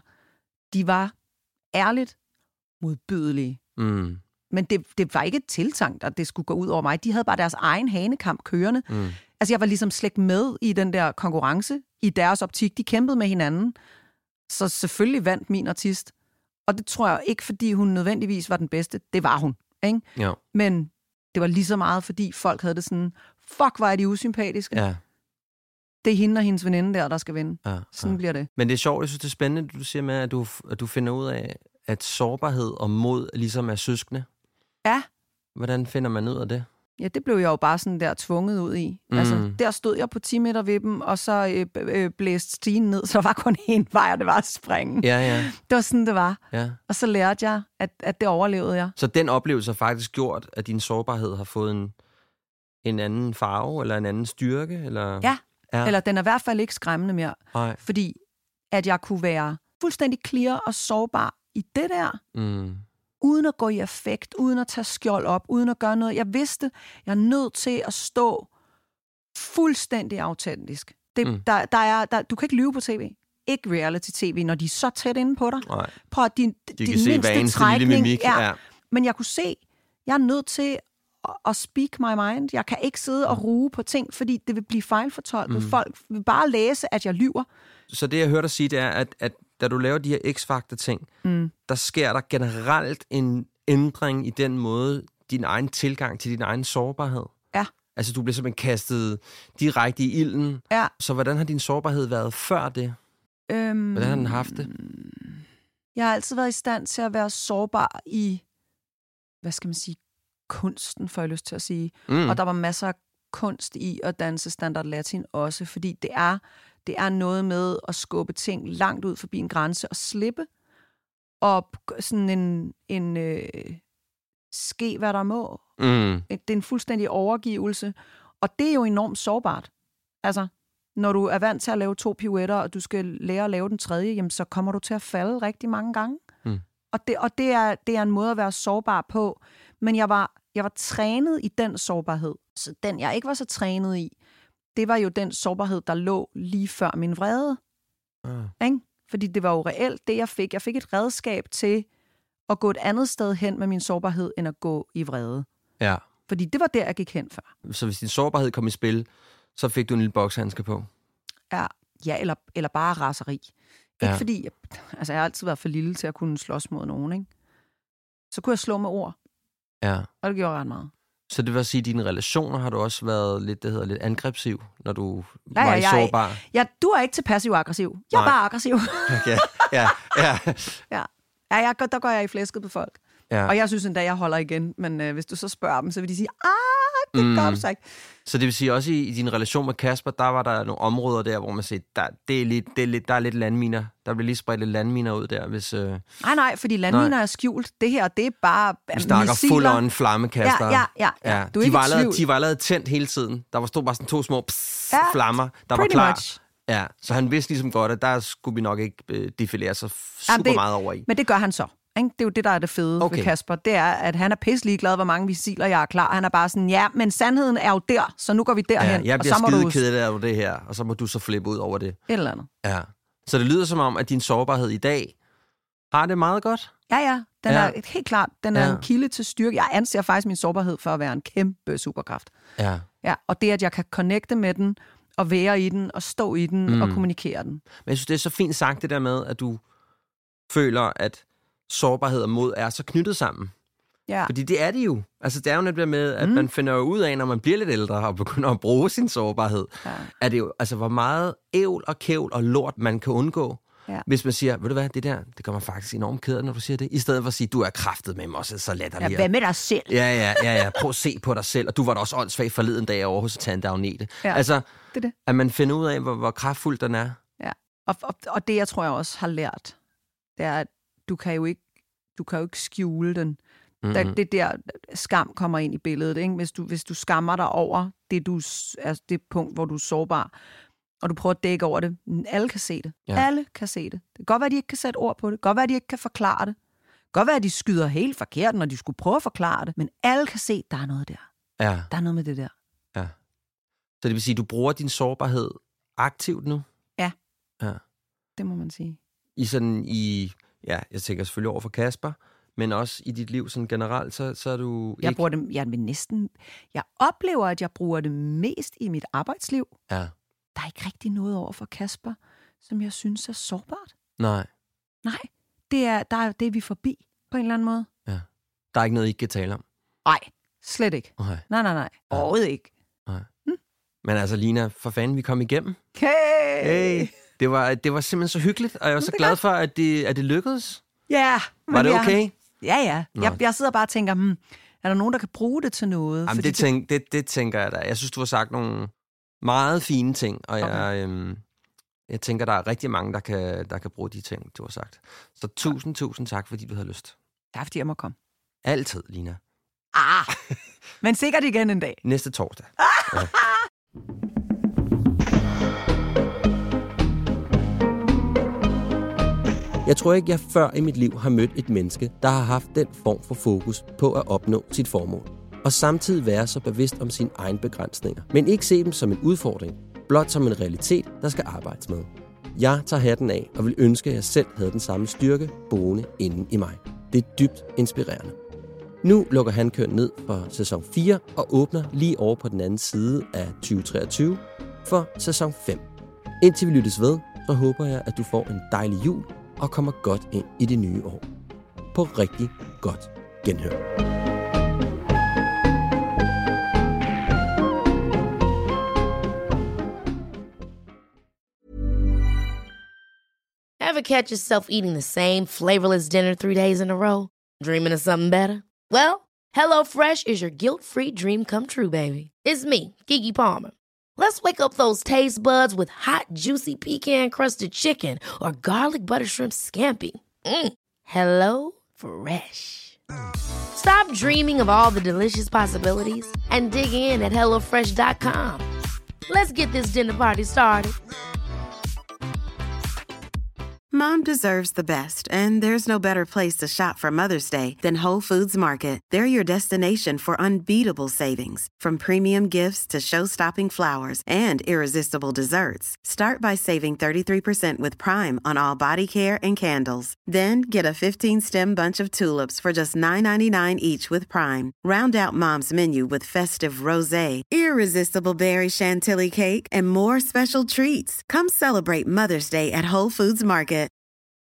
Speaker 3: var ærligt modbydelige. Men det var ikke tiltænkt, at det skulle gå ud over mig. De havde bare deres egen hanekamp kørende. Altså, jeg var ligesom slet med i den der konkurrence. I deres optik, de kæmpede med hinanden. Så selvfølgelig vandt min artist. Og det tror jeg ikke, fordi hun nødvendigvis var den bedste. Det var hun, ikke?
Speaker 4: Jo.
Speaker 3: Men det var lige så meget, fordi folk havde det sådan, fuck, hvor er de usympatiske.
Speaker 4: Ja.
Speaker 3: Det er hende og hendes veninde der skal vinde.
Speaker 4: Ja.
Speaker 3: Sådan bliver det.
Speaker 4: Men det er sjovt, jeg synes, det er spændende, du siger med, at du finder ud af, at sårbarhed og mod ligesom er søskende.
Speaker 3: Ja.
Speaker 4: Hvordan finder man ud af det?
Speaker 3: Ja, det blev jeg jo bare sådan der tvunget ud i. Altså, der stod jeg på 10 meter ved dem, og så blæste stigen ned, så var kun én vej, og det var at springe.
Speaker 4: Ja.
Speaker 3: Det var sådan, det var.
Speaker 4: Ja.
Speaker 3: Og så lærte jeg, at det overlevede jeg.
Speaker 4: Så den oplevelse har faktisk gjort, at din sårbarhed har fået en anden farve, eller en anden styrke? Eller?
Speaker 3: Ja. Eller den er i hvert fald ikke skræmmende mere.
Speaker 4: Nej.
Speaker 3: Fordi at jeg kunne være fuldstændig clear og sårbar i det der, uden at gå i affekt, uden at tage skjold op, uden at gøre noget. Jeg vidste, jeg er nødt til at stå fuldstændig autentisk. Du kan ikke lyve på tv. Ikke reality-tv, når de er så tæt inde på dig.
Speaker 4: Nej.
Speaker 3: Prøv at din
Speaker 4: kan se hver eneste lille mimik. Ja.
Speaker 3: Men jeg kunne se, jeg er nødt til at speak my mind. Jeg kan ikke sidde og ruge på ting, fordi det vil blive fejlfortolket. Folk vil bare læse, at jeg lyver.
Speaker 4: Så det, jeg hørte dig sige, det er, at da du laver de her X-Factor-ting, der sker der generelt en ændring i den måde, din egen tilgang til din egen sårbarhed.
Speaker 3: Ja.
Speaker 4: Altså, du bliver simpelthen kastet direkte i ilden.
Speaker 3: Ja.
Speaker 4: Så hvordan har din sårbarhed været før det? Hvordan har den haft det?
Speaker 3: Jeg har altid været i stand til at være sårbar i, hvad skal man sige, kunsten, får jeg lyst til at sige. Og der var masser af kunst i at danse standard latin også, fordi det er noget med at skubbe ting langt ud forbi en grænse og slippe, og sådan en ske, hvad der må. Det er en fuldstændig overgivelse, og det er jo enormt sårbart. Altså, når du er vant til at lave 2 pirouetter, og du skal lære at lave den tredje, jamen, så kommer du til at falde rigtig mange gange. Og det er en måde at være sårbar på. Men jeg var trænet i den sårbarhed. Så den, jeg ikke var så trænet i, det var jo den sårbarhed, der lå lige før min vrede. Ikke? Fordi det var jo reelt det, jeg fik. Jeg fik et redskab til at gå et andet sted hen med min sårbarhed, end at gå i vrede.
Speaker 4: Ja.
Speaker 3: Fordi det var der, jeg gik hen før.
Speaker 4: Så hvis din sårbarhed kom i spil, så fik du en lille bokshandske på?
Speaker 3: Ja, eller bare raseri. Ikke fordi, jeg har altid været for lille til at kunne slås mod nogen, ikke? Så kunne jeg slå med ord.
Speaker 4: Ja.
Speaker 3: Og det gjorde ret meget.
Speaker 4: Så det vil sige, at i dine relationer har du også været lidt, det hedder lidt angrebsiv, når du var sårbar?
Speaker 3: Ja, du er ikke til passiv-aggressiv. Jeg er bare aggressiv.
Speaker 4: Okay. Ja.
Speaker 3: Der går jeg i flæsket på folk.
Speaker 4: Ja.
Speaker 3: Og jeg synes endda, jeg holder igen. Men hvis du så spørger dem, så vil de sige, det gør du så ikke. Så
Speaker 4: det vil sige, også i din relation med Kasper, der var der nogle områder der, hvor man siger, der er lidt landminer. Der bliver lige spredt lidt landminer ud der, hvis...
Speaker 3: Nej, fordi landminer er skjult. Det her, det er bare
Speaker 4: vi snakker full-on flammekaster.
Speaker 3: Ja. Du er ikke i tvivl.
Speaker 4: De var allerede tændt hele tiden. Der stod bare sådan 2 små flammer, der var klar. Much. Ja, så han vidste ligesom godt, at der skulle vi nok ikke defilere så super meget over i.
Speaker 3: Men det gør han så. Det er jo det, der er det fede ved Kasper. Det er, at han er pisselig glad, hvor mange missiler jeg er klar. Han er bare sådan, ja, men sandheden er jo der, så nu går vi derhen.
Speaker 4: Ja, jeg bliver skideked af det her, og så må du så flippe ud over det.
Speaker 3: Et eller andet.
Speaker 4: Ja. Så det lyder som om, at din sårbarhed i dag har det meget godt?
Speaker 3: Ja. Den er helt klart, den er en kilde til styrke. Jeg anser faktisk min sårbarhed for at være en kæmpe superkraft. Ja, og det, at jeg kan connecte med den, og være i den, og stå i den, og kommunikere den.
Speaker 4: Men jeg synes, det er så fint sagt, det der med, at du føler, at sårbarhed og mod er så knyttet sammen.
Speaker 3: Ja.
Speaker 4: Fordi det er det jo. Altså, det er jo netop med, at man finder jo ud af, når man bliver lidt ældre og begynder at bruge sin sårbarhed, er det jo, altså, hvor meget ævl og kævl og lort man kan undgå,
Speaker 3: Ja.
Speaker 4: Hvis man siger, ved du hvad, det gør mig faktisk enormt ked af, når du siger det, i stedet for at sige, du er kraftet med mig også så latterlig.
Speaker 3: Ja, hvad med dig selv?
Speaker 4: Ja. Prøv at se på dig selv. Og du var da også åndssvag forleden dag over hos tante Agnete.
Speaker 3: Ja,
Speaker 4: altså,
Speaker 3: det.
Speaker 4: At man finder ud af, hvor kraftfuld den er.
Speaker 3: Ja, og det, jeg tror, jeg også har lært, det er, at du kan jo ikke skjule den. Mm-hmm. Det der skam kommer ind i billedet, ikke? Hvis du skammer dig over det punkt, hvor du er sårbar, og du prøver at dække over det, alle kan se det. Ja. Alle kan se det. Det kan godt være, at de ikke kan sætte ord på det. Det kan godt være, at de ikke kan forklare det. Det kan godt være, at de skyder helt forkert, når de skulle prøve at forklare det. Men alle kan se, at der er noget der. Ja. Der er noget med det der.
Speaker 4: Ja. Så det vil sige, at du bruger din sårbarhed aktivt nu?
Speaker 3: Ja. Det må man sige.
Speaker 4: Jeg tænker selvfølgelig over for Kasper, men også i dit liv sådan generelt, så er du
Speaker 3: jeg bruger det, jeg oplever, at jeg bruger det mest i mit arbejdsliv.
Speaker 4: Ja.
Speaker 3: Der er ikke rigtig noget over for Kasper, som jeg synes er sårbart.
Speaker 4: Nej,
Speaker 3: det er vi forbi på en eller anden måde.
Speaker 4: Ja. Der er ikke noget, I ikke kan tale om?
Speaker 3: Nej, slet ikke.
Speaker 4: Nej.
Speaker 3: Nej. Overhovedet ikke.
Speaker 4: Nej. Men altså, Lina, for fanden, vi kom igennem.
Speaker 3: Hey!
Speaker 4: Det var simpelthen så hyggeligt, og jeg var så glad for, at det lykkedes.
Speaker 3: Ja.
Speaker 4: Var det okay?
Speaker 3: Ja. Jeg sidder bare og tænker, er der nogen, der kan bruge det til noget?
Speaker 4: Jamen, det tænker jeg da. Jeg synes, du har sagt nogle meget fine ting, og jeg tænker, der er rigtig mange, der kan bruge de ting, du har sagt. Så tusind tak, fordi du havde lyst.
Speaker 3: Tak, fordi jeg må komme.
Speaker 4: Altid, Lina.
Speaker 3: Men sikkert igen en dag.
Speaker 4: Næste torsdag. Ja.
Speaker 5: Jeg tror ikke, jeg før i mit liv har mødt et menneske, der har haft den form for fokus på at opnå sit formål. Og samtidig være så bevidst om sine egne begrænsninger. Men ikke se dem som en udfordring, blot som en realitet, der skal arbejdes med. Jeg tager hatten af og vil ønske, at jeg selv havde den samme styrke boende inden i mig. Det er dybt inspirerende. Nu lukker Handkøn ned for sæson 4 og åbner lige over på den anden side af 2023 for sæson 5. Indtil vi lyttes ved, så håber jeg, at du får en dejlig jul og kommer godt ind i det nye år. På rigtig godt genhør.
Speaker 7: Ever catch yourself eating the same flavorless dinner 3 days in a row? Dreaming of something better? Well, HelloFresh is your guilt-free dream come true, baby. It's me, Keke Palmer. Let's wake up those taste buds with hot, juicy pecan-crusted chicken or garlic butter shrimp scampi. Hello Fresh. Stop dreaming of all the delicious possibilities and dig in at HelloFresh.com. Let's get this dinner party started.
Speaker 10: Mom deserves the best, and there's no better place to shop for Mother's Day than Whole Foods Market. They're your destination for unbeatable savings, from premium gifts to show-stopping flowers and irresistible desserts. Start by saving 33% with Prime on all body care and candles. Then get a 15-stem bunch of tulips for just $9.99 each with Prime. Round out Mom's menu with festive rosé, irresistible berry chantilly cake, and more special treats. Come celebrate Mother's Day at Whole Foods Market.